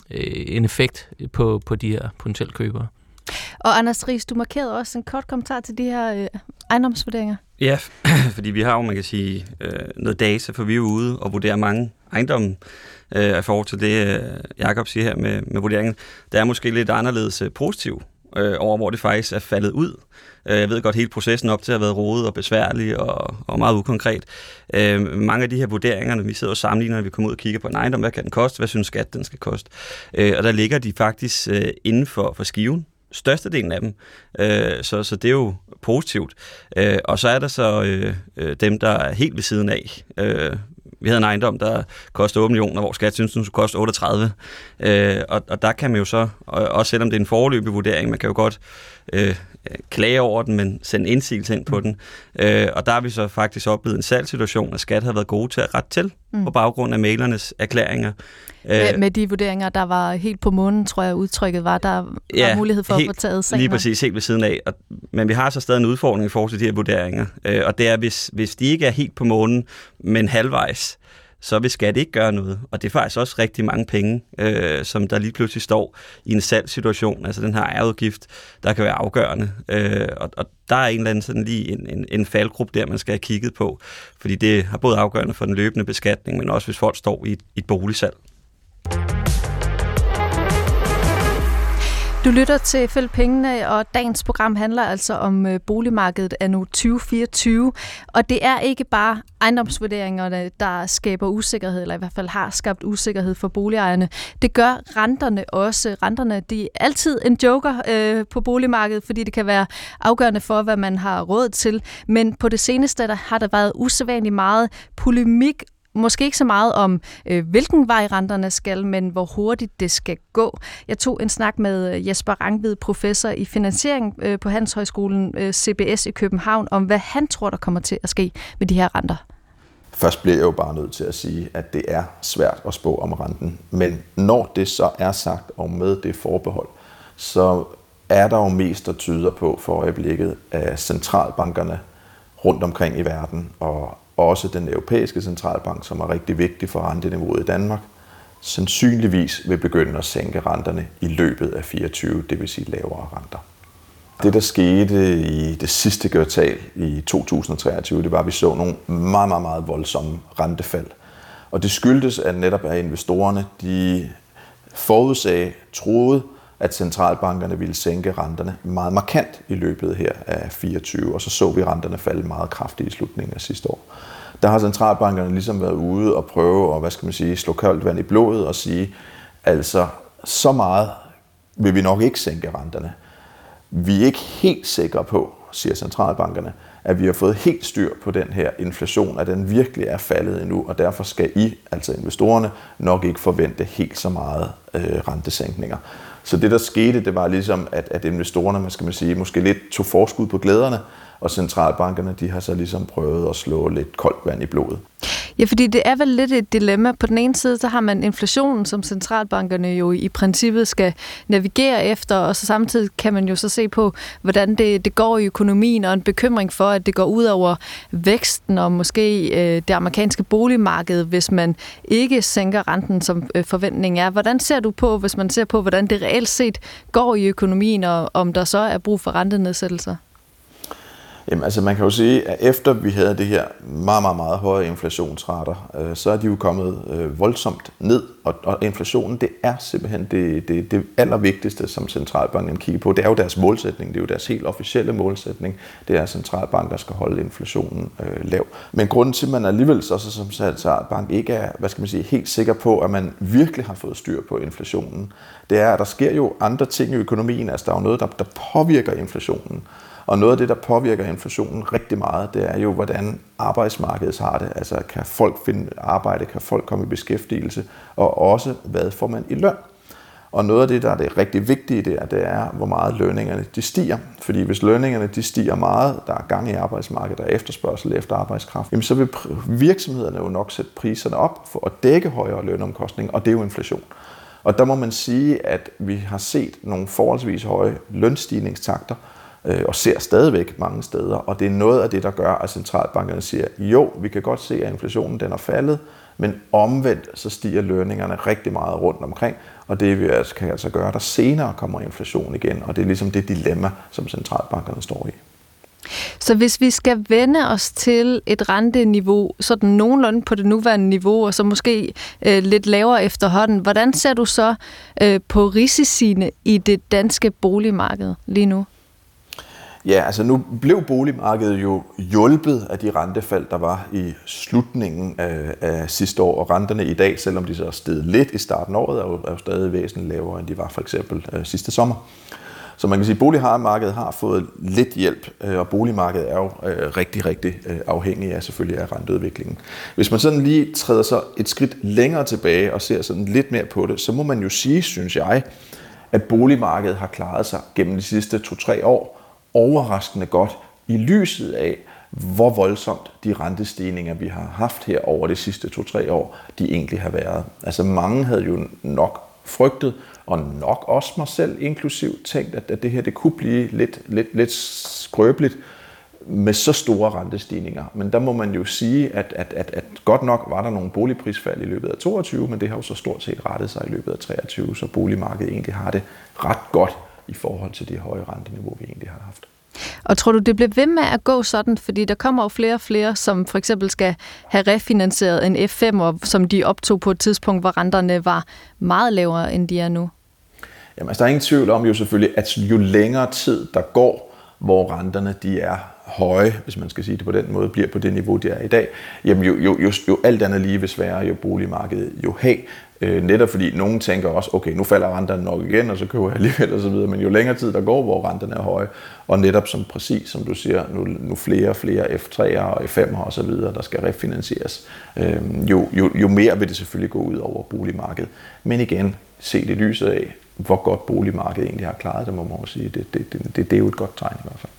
en effekt på, på de her potentielle købere. Og Anders Riis, du markerede også en kort kommentar til de her øh, ejendomsvurderinger. Ja, fordi vi har jo, man kan sige, øh, noget data, for vi er jo ude og vurderer mange ejendomme øh, i forhold til det, øh, Jakob siger her med, med vurderingen. Der er måske lidt anderledes øh, positiv øh, over, hvor det faktisk er faldet ud. Jeg ved godt, hele processen op til at have været rodet og besværlig og, og meget ukonkret. Øh, mange af de her vurderinger, når vi sidder og sammenligner, når vi kommer ud og kigger på en ejendom, hvad kan den koste, hvad synes skat, den skal koste. Øh, og der ligger de faktisk øh, inden for, for skiven. Størstedelen af dem. Øh, så, så det er jo positivt. Øh, og så er der så øh, dem, der er helt ved siden af. Øh, vi havde en ejendom, der kostede otte millioner, hvor skat synes, den skulle koste otteogtredive. Øh, og, og der kan man jo så, også selvom det er en foreløbig vurdering, man kan jo godt øh, klage over den, men sende indsigelse ind på den. Øh, og der har vi så faktisk oplevet en salgssituation, at skat har været gode til at rette til mm. på baggrund af mailernes erklæringer. Med, med de vurderinger, der var helt på månen, tror jeg udtrykket var, der var ja, mulighed for helt, at få taget sagen. Lige præcis, helt ved siden af. Og, men vi har så stadig en udfordring i forhold til de her vurderinger. Øh, og det er, hvis, hvis de ikke er helt på månen, men halvvejs, så vil skat ikke gøre noget. Og det er faktisk også rigtig mange penge, øh, som der lige pludselig står i en salgssituation. Altså den her ejerudgift, der kan være afgørende. Øh, og, og der er en eller anden sådan lige en, en, en faldgruppe der, man skal have kigget på. Fordi det har både afgørende for den løbende beskatning, men også hvis folk står i et, i et boligsalg. Du lytter til Følg Pengene, og dagens program handler altså om boligmarkedet anno tyve fireogtyve. Og det er ikke bare ejendomsvurderingerne, der skaber usikkerhed, eller i hvert fald har skabt usikkerhed for boligejerne. Det gør renterne også. Renterne, de er altid en joker øh, på boligmarkedet, fordi det kan være afgørende for, hvad man har råd til. Men på det seneste der har der været usædvanligt meget polemik. Måske ikke så meget om, øh, hvilken vej renterne skal, men hvor hurtigt det skal gå. Jeg tog en snak med Jesper Rangvid, professor i finansiering øh, på Handelshøjskolen øh, C B S i København, om hvad han tror, der kommer til at ske med de her renter. Først bliver jeg jo bare nødt til at sige, at det er svært at spå om renten. Men når det så er sagt, og med det forbehold, så er der jo mest, der tyder på for øjeblikket af centralbankerne rundt omkring i verden, og også den europæiske centralbank, som er rigtig vigtig for renteniveauet i Danmark, sandsynligvis vil begynde at sænke renterne i løbet af fireogtyve, det vil sige lavere renter. Det, der skete i det sidste kvartal i to tusind og treogtyve, det var, at vi så nogle meget, meget, meget voldsomme rentefald. Og det skyldtes at netop, at investorerne de forudsagde, troede, at centralbankerne ville sænke renterne meget markant i løbet her af fireogtyve, og så så vi renterne falde meget kraftigt i slutningen af sidste år. Der har centralbankerne ligesom været ude og prøve at, hvad skal man sige, slå koldt vand i blodet og sige, altså så meget vil vi nok ikke sænke renterne. Vi er ikke helt sikre på, siger centralbankerne, at vi har fået helt styr på den her inflation, at den virkelig er faldet endnu, og derfor skal I, altså investorerne, nok ikke forvente helt så meget øh, rentesænkninger. Så det, der skete, det var ligesom, at, at investorerne, man skal man sige, måske lidt tog forskud på glæderne, og centralbankerne, de har så ligesom prøvet at slå lidt koldt vand i blodet. Ja, fordi det er vel lidt et dilemma. På den ene side, så har man inflationen, som centralbankerne jo i princippet skal navigere efter, og så samtidig kan man jo så se på, hvordan det, det går i økonomien, og en bekymring for, at det går ud over væksten og måske øh, det amerikanske boligmarked, hvis man ikke sænker renten, som øh, forventningen er. Hvordan ser du på, hvis man ser på, hvordan det reelt set går i økonomien, og om der så er brug for rentenedsættelser? Jamen, altså man kan jo sige, at efter vi havde det her meget, meget, meget høje inflationsrater, øh, så er de jo kommet øh, voldsomt ned, og, og inflationen, det er simpelthen det, det, det allervigtigste, som centralbanken kigger på. Det er jo deres målsætning, det er jo deres helt officielle målsætning, det er, at centralbanken skal holde inflationen øh, lav. Men grunden til, at man alligevel så som centralbank ikke er, hvad skal man sige, helt sikker på, at man virkelig har fået styr på inflationen, det er, at der sker jo andre ting i økonomien, altså der er jo noget, der, der påvirker inflationen. Og noget af det, der påvirker inflationen rigtig meget, det er jo, hvordan arbejdsmarkedet har det. Altså, kan folk finde arbejde, kan folk komme i beskæftigelse, og også, hvad får man i løn? Og noget af det, der er det rigtig vigtige der, det er, hvor meget lønningerne de stiger. Fordi hvis lønningerne de stiger meget, der er gang i arbejdsmarkedet, der er efterspørgsel efter arbejdskraft, jamen så vil virksomhederne jo nok sætte priserne op for at dække højere lønomkostninger, og det er jo inflation. Og der må man sige, at vi har set nogle forholdsvis høje lønstigningstakter, og ser stadigvæk mange steder, og det er noget af det, der gør, at centralbankerne siger, jo, vi kan godt se, at inflationen den er faldet, men omvendt så stiger lønningerne rigtig meget rundt omkring, og det vi altså, kan altså gøre, der senere kommer inflation igen, og det er ligesom det dilemma, som centralbankerne står i. Så hvis vi skal vende os til et renteniveau, sådan nogenlunde på det nuværende niveau, og så måske øh, lidt lavere efterhånden, hvordan ser du så øh, på risiciene i det danske boligmarked lige nu? Ja, altså nu blev boligmarkedet jo hjulpet af de rentefald, der var i slutningen af, af sidste år, og renterne i dag, selvom de så er steget lidt i starten af året, er jo, er jo stadig væsentligt lavere, end de var for eksempel øh, sidste sommer. Så man kan sige, at boligmarkedet har fået lidt hjælp, øh, og boligmarkedet er jo øh, rigtig, rigtig øh, afhængig af selvfølgelig af renteudviklingen. Hvis man sådan lige træder så et skridt længere tilbage og ser sådan lidt mere på det, så må man jo sige, synes jeg, at boligmarkedet har klaret sig gennem de sidste to-tre år, overraskende godt i lyset af, hvor voldsomt de rentestigninger, vi har haft her over de sidste to-tre år, de egentlig har været. Altså mange havde jo nok frygtet, og nok også mig selv inklusiv tænkt, at, at det her det kunne blive lidt, lidt, lidt skrøbeligt med så store rentestigninger. Men der må man jo sige, at, at, at, at godt nok var der nogle boligprisfald i løbet af toogtyve, men det har jo så stort set rettet sig i løbet af treogtyve, så boligmarkedet egentlig har det ret godt i forhold til de høje renteniveau, vi egentlig har haft. Og tror du, det bliver ved med at gå sådan? Fordi der kommer jo flere og flere, som for eksempel skal have refinansieret en F fem, som de optog på et tidspunkt, hvor renterne var meget lavere, end de er nu. Jamen, altså, der er ingen tvivl om jo selvfølgelig, at jo længere tid der går, hvor renterne de er høje, hvis man skal sige det på den måde, bliver på det niveau, de er i dag, jamen jo, jo, jo, jo alt andet lige vil svære jo boligmarkedet jo have. Øh, netop fordi nogen tænker også, okay, nu falder renterne nok igen, og så køber jeg alligevel og så videre, men jo længere tid der går, hvor renterne er høje, og netop som præcis, som du siger, nu, nu flere og flere F tre'er og F fem'er og så videre, der skal refinansieres, øh, jo, jo, jo mere vil det selvfølgelig gå ud over boligmarkedet. Men igen, set i lyset af, hvor godt boligmarkedet egentlig har klaret det, må man sige, det, det, det, det, det er jo et godt tegn i hvert fald.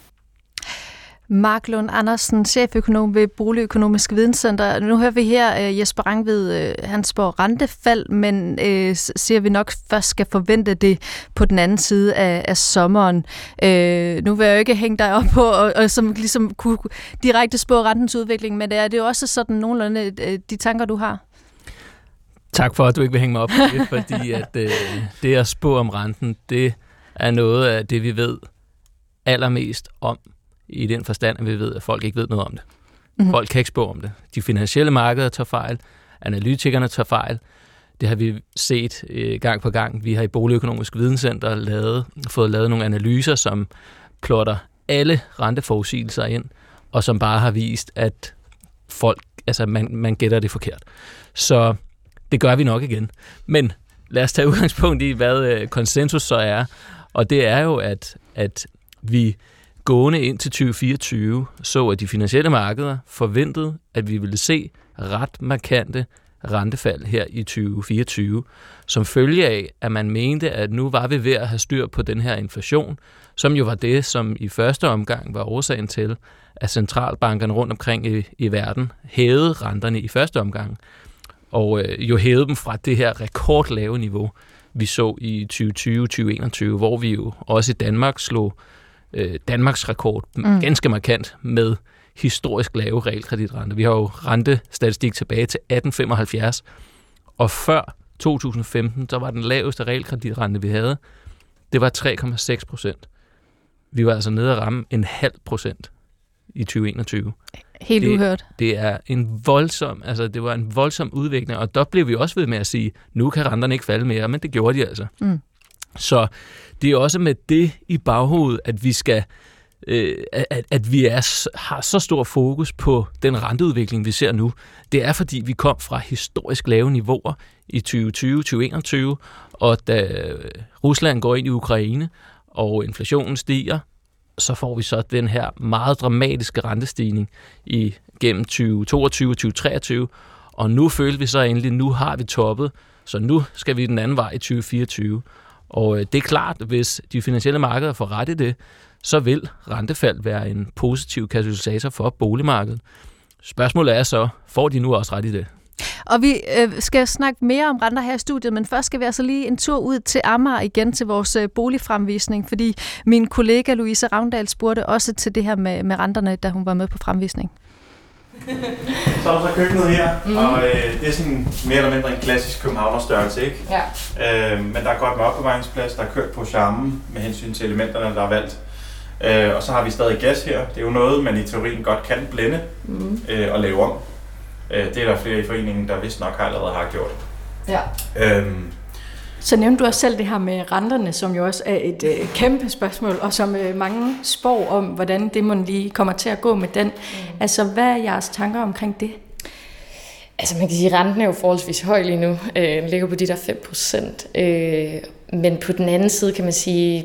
Mark Lund Andersen, cheføkonom ved Boligøkonomisk Videnscenter. Nu hører vi her uh, Jesper Rangvid, uh, han spår rentefald, men uh, siger vi nok først skal forvente det på den anden side af, af sommeren. Uh, nu vil jeg jo ikke hænge dig op på, og, og som ligesom kunne direkte spå rentens udvikling, men er det jo også sådan nogenlunde uh, de tanker, du har? Tak for, at du ikke vil hænge mig op på det, fordi at, uh, det at spå om renten, det er noget af det, vi ved allermest om, i den forstand, at vi ved, at folk ikke ved noget om det. Mm-hmm. Folk kan ikke spå om det. De finansielle markeder tager fejl, analytikerne tager fejl. Det har vi set øh, gang på gang. Vi har i Boligøkonomisk Videnscenter lavet, fået lavet nogle analyser, som plotter alle renteforudsigelser ind, og som bare har vist, at folk, altså man, man gætter det forkert. Så det gør vi nok igen. Men lad os tage udgangspunkt i, hvad øh, konsensus så er. Og det er jo, at, at vi gående ind til tyve fireogtyve så, at de finansielle markeder forventede, at vi ville se ret markante rentefald her i tyve fireogtyve, som følge af, at man mente, at nu var vi ved at have styr på den her inflation, som jo var det, som i første omgang var årsagen til, at centralbankerne rundt omkring i, i verden hævede renterne i første omgang, og øh, jo hævede dem fra det her rekordlave niveau, vi så i tyve tyve til tyve enogtyve, hvor vi jo også i Danmark slog Danmarks rekord mm. ganske markant med historisk lave realkreditrenter. Vi har jo rentestatistik tilbage til atten femoghalvfjerds, og før to tusind femten, så var den laveste realkreditrente, vi havde, det var tre komma seks procent. Vi var altså nede at ramme en halv procent i tyve enogtyve. Helt det, uhørt. Det er en voldsom, altså det var en voldsom udvikling, og der blev vi også ved med at sige, nu kan renterne ikke falde mere, men det gjorde de altså. Mm. Så det er også med det i baghovedet, at vi skal øh, at, at vi er, har så stor fokus på den renteudvikling, vi ser nu. Det er, fordi vi kom fra historisk lave niveauer i tyve tyve til tyve enogtyve, og da Rusland går ind i Ukraine, og inflationen stiger, så får vi så den her meget dramatiske rentestigning i gennem tyve toogtyve og tyve treogtyve, og nu føler vi så endelig, nu har vi toppet, så nu skal vi den anden vej i tyve fireogtyve. Og det er klart, at hvis de finansielle markeder får ret i det, så vil rentefald være en positiv katalysator for boligmarkedet. Spørgsmålet er så, får de nu også ret i det? Og vi øh, skal snakke mere om renter her i studiet, men først skal vi altså lige en tur ud til Amager igen til vores øh, boligfremvisning, fordi min kollega Louise Ravndal spurgte også til det her med, med renterne, da hun var med på fremvisning. Så er der så køkkenet her, mm. og øh, det er sådan mere eller mindre en klassisk københavnerstørrelse, ikke? Ja. Øh, men der er godt med opbevaringsplads, der er kørt på charmen med hensyn til elementerne, der er valgt. Øh, og så har vi stadig gas her. Det er jo noget, man i teorien godt kan blende mm. øh, og lave om. Øh, det er der flere i foreningen, der vist nok har allerede har gjort. Ja. Øhm, Så nævnte du også selv det her med renterne, som jo også er et øh, kæmpe spørgsmål, og som øh, mange spår om, hvordan det må lige kommer til at gå med den. Mm. Altså, hvad er jeres tanker omkring det? Altså, man kan sige, at renten er jo forholdsvis høj lige nu. Øh, den ligger på de der fem procent. Øh, men på den anden side kan man sige,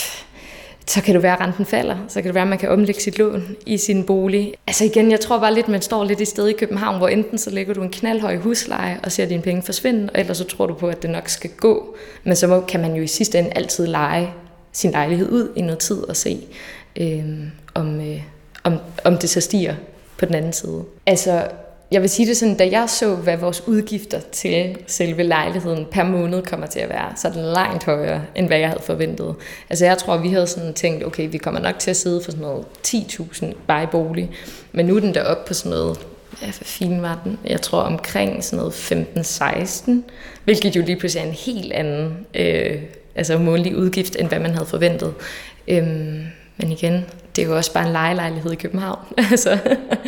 så kan det være, at renten falder. Så kan det være, at man kan omlægge sit lån i sin bolig. Altså igen, jeg tror bare lidt, man står lidt i sted i København, hvor enten så lægger du en knaldhøj husleje og ser dine penge forsvinde, og ellers så tror du på, at det nok skal gå. Men så kan man jo i sidste ende altid leje sin lejlighed ud i noget tid og se, øh, om, øh, om, om det så stiger på den anden side. Altså, jeg vil sige det sådan, da jeg så, hvad vores udgifter til selve lejligheden per måned kommer til at være, så er den langt højere, end hvad jeg havde forventet. Altså jeg tror, vi havde sådan tænkt, okay, vi kommer nok til at sidde for sådan noget ti tusind bare i bolig, men nu er den der op på sådan noget, ja, hvor fin var den? Jeg tror omkring sådan noget femten seksten, hvilket jo lige pludselig er en helt anden øh, altså månedlig udgift, end hvad man havde forventet. Øhm, Men igen, det er jo også bare en lejelejlighed i København. altså,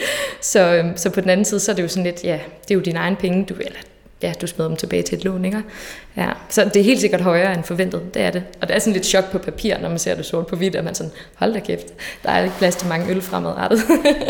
så, så på den anden side, så er det jo sådan lidt, ja, det er jo dine egne penge, du, eller, ja, du smider dem tilbage til et lån, ikke? Ja, så det er helt sikkert højere end forventet, det er det. Og det er sådan lidt chok på papir, når man ser det sort på hvidt, og man sådan, hold da kæft, der er ikke plads til mange øl fremadrettet.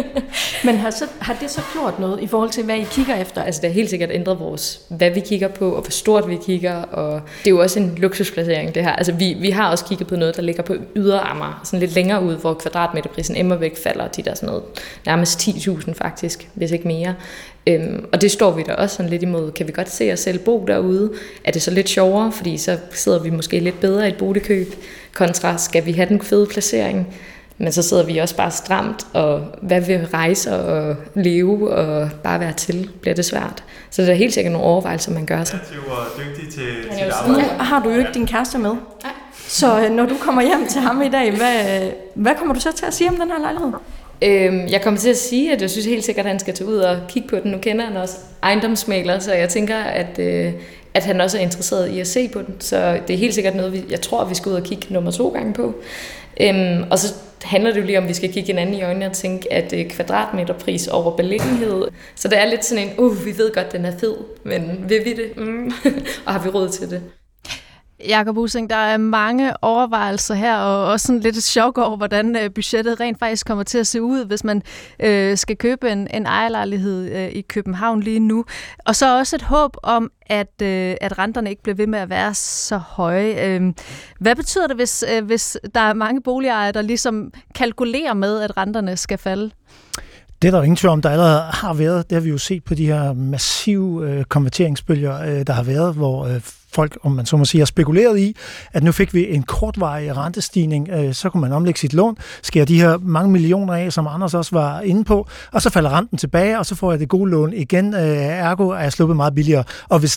Men har, så, har det så gjort noget i forhold til, hvad I kigger efter? Altså det har helt sikkert ændret vores, hvad vi kigger på, og hvor stort vi kigger, og det er jo også en luksusplacering, det her. Altså vi, vi har også kigget på noget, der ligger på ydre Amager, sådan lidt længere ud, hvor kvadratmeterprisen immervæk falder, de der sådan noget, nærmest ti tusind faktisk, hvis ikke mere. Øhm, og det står vi der også sådan lidt imod. Kan vi godt se os selv bo derude? Er det så lidt sjovere, fordi så sidder vi måske lidt bedre i et boligkøb, kontra skal vi have den fede placering? Men så sidder vi også bare stramt, og hvad vil rejse og leve og bare være til, bliver det svært. Så det er helt sikkert nogle overvejelser, man gør sig. Du er dygtig til sit arbejde. Ja, har du jo ikke din kæreste med? Nej. Så når du kommer hjem til ham i dag, hvad, hvad kommer du så til at sige om den her lejlighed? Øhm, jeg kommer til at sige, at jeg synes helt sikkert, at han skal tage ud og kigge på den. Nu kender han også ejendomsmægler, så jeg tænker, at, øh, at han også er interesseret i at se på den. Så det er helt sikkert noget, vi, jeg tror, vi skal ud og kigge nummer to gange på. Øhm, og så handler det jo lige om, at vi skal kigge hinanden i øjnene og tænke, at øh, kvadratmeterpris over beliggenhed. Så det er lidt sådan en, uh, vi ved godt, den er fed, men vil vi det? Mm. Og har vi råd til det? Jakob Ussing, der er mange overvejelser her, og også sådan lidt et chok over, hvordan budgettet rent faktisk kommer til at se ud, hvis man øh, skal købe en, en ejerlejlighed øh, i København lige nu. Og så også et håb om, at, øh, at renterne ikke bliver ved med at være så høje. Øh, hvad betyder det, hvis, øh, hvis der er mange boligejere, der ligesom kalkulerer med, at renterne skal falde? Det er der jo ingen tvivl om, der allerede har været. Det har vi jo set på de her massive øh, konverteringsbølger, øh, der har været, hvor øh, folk, om man så må sige, har spekuleret i, at nu fik vi en kortvarig rentestigning, øh, så kunne man omlægge sit lån, skære de her mange millioner af, som Anders også var inde på, og så falder renten tilbage, og så får jeg det gode lån igen, øh, ergo er jeg sluppet meget billigere. Og hvis det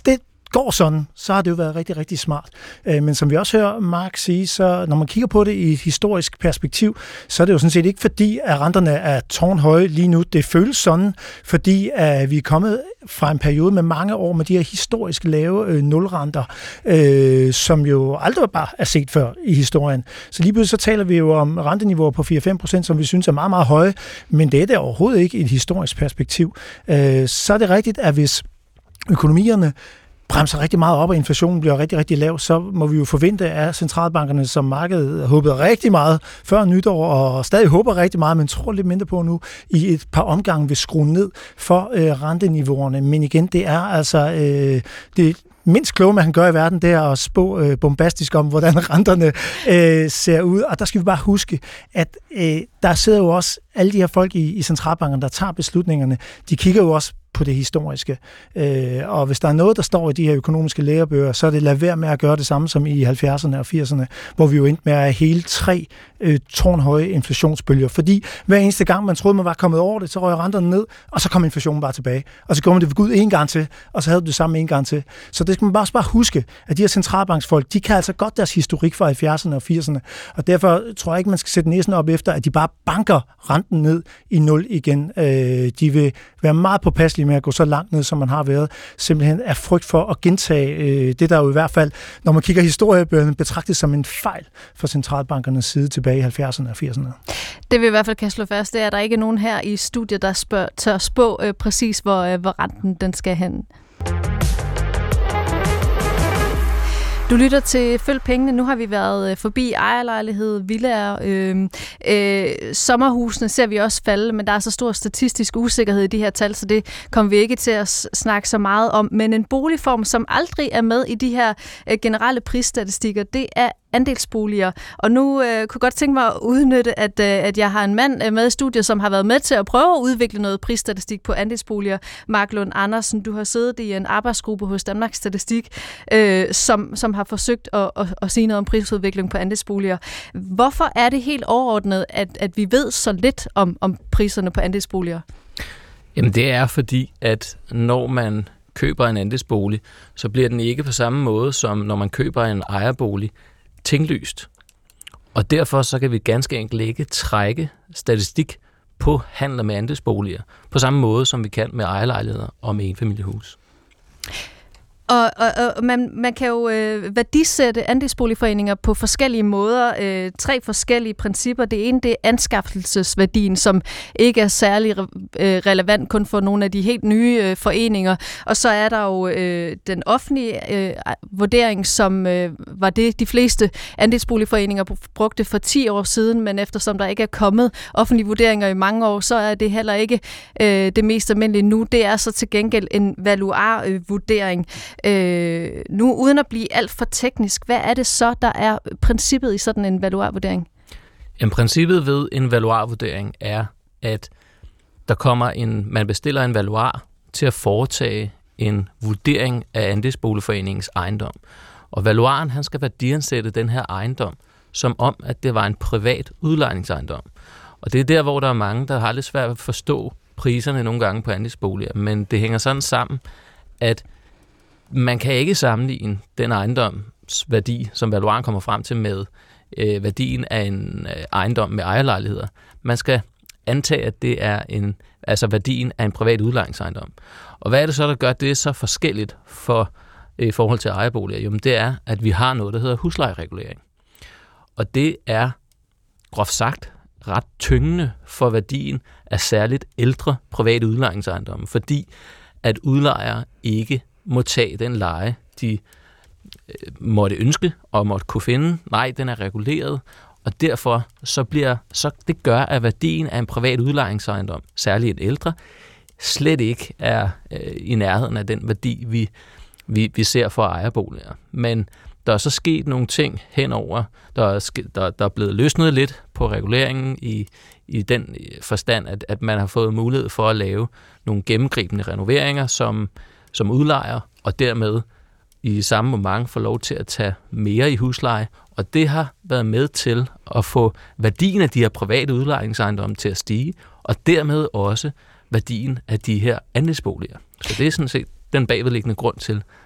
går sådan, så har det jo været rigtig, rigtig smart. Men som vi også hører Mark sige, så når man kigger på det i et historisk perspektiv, så er det jo sådan set ikke fordi, at renterne er tårnhøje lige nu. Det føles sådan, fordi at vi er kommet fra en periode med mange år med de her historisk lave øh, nulrenter, øh, som jo aldrig bare er set før i historien. Så lige pludselig så taler vi jo om renteniveauer på fire til fem procent, som vi synes er meget, meget høje, men det er det overhovedet ikke i et historisk perspektiv. Øh, så er det rigtigt, at hvis økonomierne bremser rigtig meget op, og inflationen bliver rigtig, rigtig lav, så må vi jo forvente af centralbankerne, som markedet håbede rigtig meget før nytår, og stadig håber rigtig meget, men tror lidt mindre på nu, i et par omgange vil skrue ned for øh, renteniveauerne. Men igen, det er altså øh, det mindst kloge, man kan gøre i verden, det er at spå øh, bombastisk om, hvordan renterne øh, ser ud. Og der skal vi bare huske, at øh, der sidder jo også alle de her folk i, i centralbankerne, der tager beslutningerne. De kigger jo også på det historiske. Øh, og hvis der er noget, der står i de her økonomiske lærebøger, så er det lad være med at gøre det samme som i halvfjerdserne og firserne, hvor vi jo endte med at have hele tre øh, tårnhøje inflationsbølger. Fordi hver eneste gang, man troede, man var kommet over det, så røg renterne ned, og så kom inflationen bare tilbage. Og så kom det ved Gud en gang til, og så havde du det samme en gang til. Så det skal man bare, bare huske, at de her centralbanksfolk, de kan altså godt deres historik fra halvfjerdserne og firserne, og derfor tror jeg ikke, man skal sætte næsen op efter, at de bare banker renten ned i nul igen. Øh, de vil være meget påpasselige med at gå så langt ned, som man har været, simpelthen af frygt for at gentage øh, det, der jo i hvert fald, når man kigger historiebøgerne, betragtes som en fejl fra centralbankernes side tilbage i halvfjerdserne og firserne. Det vi i hvert fald kan slå fast, det er, at der ikke er nogen her i studiet, der spørger, tør spå øh, præcis, hvor, øh, hvor renten den skal hen. Du lytter til Følg Pengene. Nu har vi været forbi ejerlejlighed, villaer, øh, øh, sommerhusene ser vi også falde, men der er så stor statistisk usikkerhed i de her tal, så det kommer vi ikke til at snakke så meget om. Men en boligform, som aldrig er med i de her øh, generelle prisstatistikker, det er andelsboliger. Og nu øh, kunne jeg godt tænke mig at udnytte, at, øh, at jeg har en mand øh, med i studiet, som har været med til at prøve at udvikle noget prisstatistik på andelsboliger. Mark Lund Andersen, du har siddet i en arbejdsgruppe hos Danmarks Statistik, øh, som, som har forsøgt at, at, at sige noget om prisudvikling på andelsboliger. Hvorfor er det helt overordnet, at, at vi ved så lidt om, om priserne på andelsboliger? Jamen det er fordi, at når man køber en andelsbolig, så bliver den ikke på samme måde, som når man køber en ejerbolig, tinglyst. Og derfor så kan vi ganske enkelt ikke trække statistik på handler med andelsboliger, på samme måde som vi kan med ejerlejligheder og med enfamiliehus. Og, og, og man, man kan jo øh, værdisætte andelsboligforeninger på forskellige måder. Øh, tre forskellige principper. Det ene, det er anskaffelsesværdien, som ikke er særlig re- øh, relevant kun for nogle af de helt nye øh, foreninger. Og så er der jo øh, den offentlige øh, vurdering, som øh, var det, de fleste andelsboligforeninger brugte for ti år siden, men eftersom der ikke er kommet offentlige vurderinger i mange år, så er det heller ikke øh, det mest almindelige nu. Det er så til gengæld en valuarvurdering. Øh, nu uden at blive alt for teknisk, hvad er det så, der er princippet i sådan en valuarvurdering? Jamen, princippet ved en valuarvurdering er, at der kommer en, man bestiller en valuar til at foretage en vurdering af andelsboligforeningens ejendom. Og valuaren, han skal værdiansætte den her ejendom, som om, at det var en privat udlejningsejendom. Og det er der, hvor der er mange, der har lidt svært at forstå priserne nogle gange på andelsboliger, men det hænger sådan sammen, at man kan ikke sammenligne den ejendomsværdi, som valuaren kommer frem til, med øh, værdien af en øh, ejendom med ejerlejligheder. Man skal antage, at det er en, altså værdien af en privat udlejningsejendom. Og hvad er det så, der gør det så forskelligt for øh, i forhold til ejerboliger? Jo, det er, at vi har noget, der hedder huslejeregulering. Og det er groft sagt ret tyngende for værdien af særligt ældre private udlejningsejendomme, fordi at udlejere ikke må tage den leje, de øh, måtte ønske og måtte kunne finde. Nej, den er reguleret, og derfor så bliver så det gør, at værdien af en privat udlejningsejendom, særligt et ældre, slet ikke er øh, i nærheden af den værdi, vi, vi, vi ser for ejerboliger. Men der er så sket nogle ting henover. Der er, ske, der, der er blevet løsnet lidt på reguleringen i, i den forstand, at, at man har fået mulighed for at lave nogle gennemgribende renoveringer, som som udlejer, og dermed i samme moment får lov til at tage mere i husleje, og det har været med til at få værdien af de her private udlejningsejendomme til at stige, og dermed også værdien af de her andelsboliger. Så det er sådan set den bagvedliggende grund til,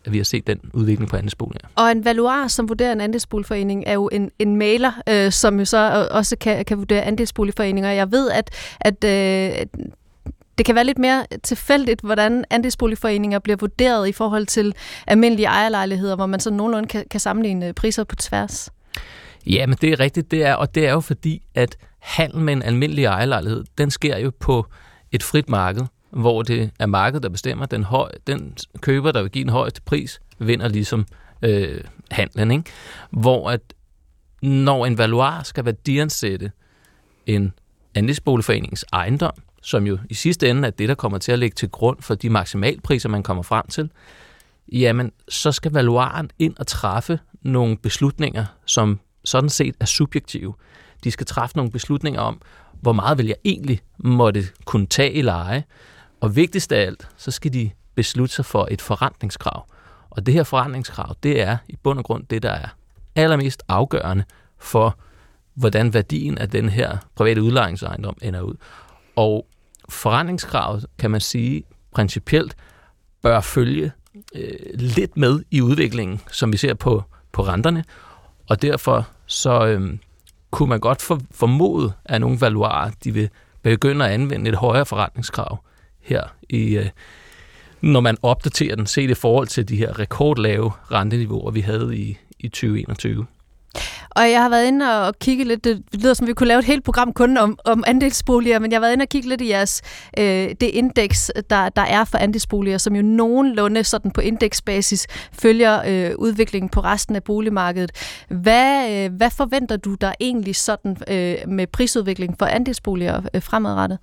at vi har set den udvikling på andelsboliger. Og en valuar, som vurderer en andelsboligforening, er jo en, en mailer, øh, som jo så også kan, kan vurdere andelsboligforeninger. Jeg ved, at, at øh, det kan være lidt mere tilfældigt, hvordan andelsboligforeninger bliver vurderet i forhold til almindelige ejerlejligheder, hvor man så nogenlunde kan, kan sammenligne priser på tværs. Ja, men det er rigtigt, det er, og det er jo fordi, at handel med en almindelig ejerlejlighed, den sker jo på et frit marked, hvor det er markedet, der bestemmer. Den, høj, den køber, der vil give en højeste pris, vinder ligesom øh, handlen. Ikke? Hvor at når en valuar skal værdiansætte en andelsboligforeningens ejendom, som jo i sidste ende er det, der kommer til at ligge til grund for de maksimalpriser, man kommer frem til, jamen så skal valuaren ind og træffe nogle beslutninger, som sådan set er subjektive. De skal træffe nogle beslutninger om, hvor meget vil jeg egentlig måtte kunne tage i leje. Og vigtigst af alt, så skal de beslutte sig for et forrentningskrav. Og det her forrentningskrav, det er i bund og grund det, der er allermest afgørende for, hvordan værdien af den her private udlejningsejendom ender ud. Og forrentningskravet, kan man sige, principielt bør følge øh, lidt med i udviklingen, som vi ser på, på renterne. Og derfor så øh, kunne man godt for, formode, at nogle valuarer, de vil begynde at anvende et højere forrentningskrav her, i, øh, når man opdaterer den, set i forhold til de her rekordlave renteniveauer, vi havde i, i tyve enogtyve. Og jeg har været inde og kigge lidt, det lyder som, vi kunne lave et helt program kun om, om andelsboliger, men jeg har været inde og kigge lidt i jeres, øh, det indeks, der, der er for andelsboliger, som jo nogenlunde sådan på indeksbasis følger øh, udviklingen på resten af boligmarkedet. Hvad, øh, hvad forventer du der egentlig sådan øh, med prisudvikling for andelsboliger øh, fremadrettet?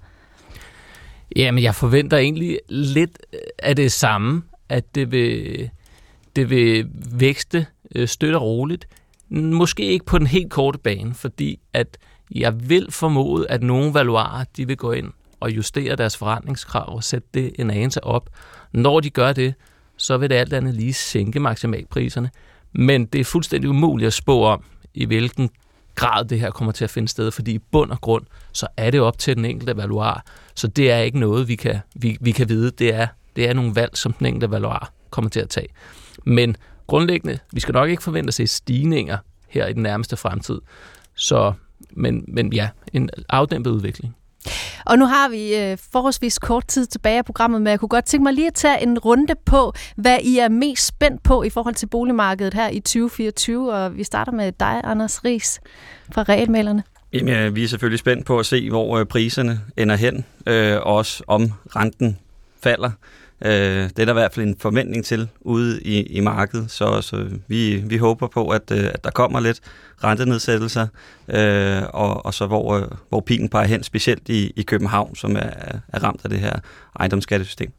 Jamen, jeg forventer egentlig lidt af det samme, at det vil, det vil vækste øh, støt og roligt. Måske ikke på den helt korte bane, fordi at jeg vil formode, at nogle valuarer, de vil gå ind og justere deres forrentningskrav og sætte det en anelse op. Når de gør det, så vil det alt andet lige sænke maksimalpriserne. Men det er fuldstændig umuligt at spå om, i hvilken grad det her kommer til at finde sted, fordi i bund og grund, så er det op til den enkelte valuar. Så det er ikke noget, vi kan, vi, vi kan vide. Det er, det er nogle valg, som den enkelte valuar kommer til at tage. Men grundlæggende, vi skal nok ikke forvente at se stigninger her i den nærmeste fremtid. Så, men, men ja, en afdæmpet udvikling. Og nu har vi øh, forholdsvis kort tid tilbage af programmet, men jeg kunne godt tænke mig lige at tage en runde på, hvad I er mest spændt på i forhold til boligmarkedet her i tyve fireogtyve. Og vi starter med dig, Anders Riis fra Realmælerne. Jamen, ja, vi er selvfølgelig spændt på at se, hvor øh, priserne ender hen, øh, og også om renten falder. Øh, det er der i hvert fald en forventning til ude i, i markedet, så, så vi, vi håber på, at, at der kommer lidt rentenedsættelser, øh, og, og så hvor, hvor pilen peger hen, specielt i, i København, som er, er ramt af det her ejendomsskattesystem.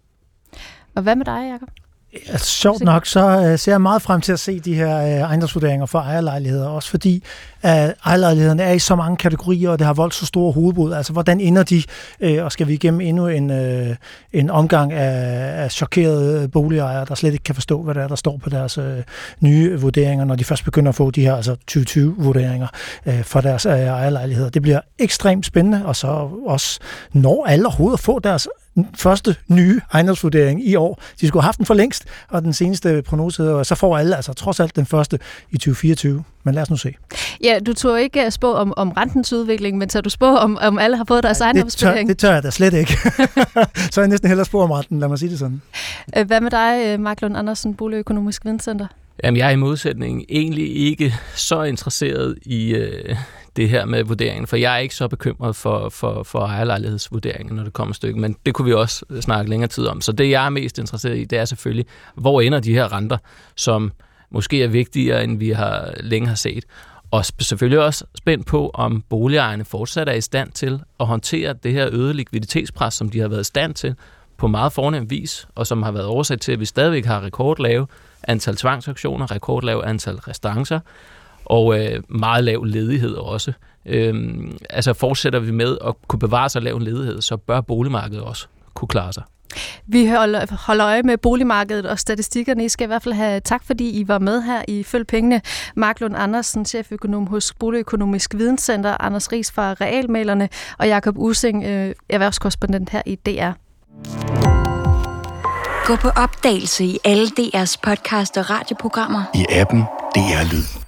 Og hvad med dig, Jacob? Ja, sjovt nok, så uh, ser jeg meget frem til at se de her uh, ejendomsvurderinger for ejerlejligheder, også fordi uh, ejerlejlighederne er i så mange kategorier, og det har voldt så store hovedbrud. Altså, hvordan ender de, uh, og skal vi igennem endnu en, uh, en omgang af, af chokerede boligejere, der slet ikke kan forstå, hvad der er, der står på deres uh, nye vurderinger, når de først begynder at få de her altså tyve tyve-vurderinger uh, for deres uh, ejerlejligheder. Det bliver ekstremt spændende, og så også når alle overhovedet at få deres første nye ejendomsvurdering i år. De skulle have haft den for længst, og den seneste prognose, og så får alle altså trods alt den første i tyve fireogtyve. Men lad os nu se. Ja, du tog ikke spå om, om rentens udvikling, men tager du spå om, om alle har fået deres ja, ejendomsvurdering? Det, det tør jeg da slet ikke. Så er jeg næsten hellere spå om renten, lad mig sige det sådan. Hvad med dig, Mark Lund Andersen, Boligøkonomisk Videnscenter? Jamen, jeg er i modsætning egentlig ikke så interesseret i øh, det her med vurderingen, for jeg er ikke så bekymret for, for, for ejerlejlighedsvurderingen, når det kommer stykket, men det kunne vi også snakke længere tid om. Så det, jeg er mest interesseret i, det er selvfølgelig, hvor ender de her renter, som måske er vigtigere, end vi har længe har set. Og selvfølgelig også spændt på, om boligejerne fortsat er i stand til at håndtere det her øgede likviditetspres, som de har været i stand til på meget fornem vis, og som har været årsag til, at vi stadigvæk har rekordlave antal tvangsauktioner, rekordlave antal restancer, og øh, meget lav ledighed også. Øhm, altså fortsætter vi med at kunne bevare sig lav ledighed, så bør boligmarkedet også kunne klare sig. Vi holder, holder øje med boligmarkedet og statistikkerne. I skal i hvert fald have tak, fordi I var med her i Følg Pengene. Mark Lund Andersen, cheføkonom hos Boligøkonomisk Videnscenter, Anders Riis fra Realmælerne og Jacob Ussing, øh, erhvervskorrespondent her i D R. Gå på opdagelse i alle D R's podcast og radioprogrammer. I appen D R Lyd.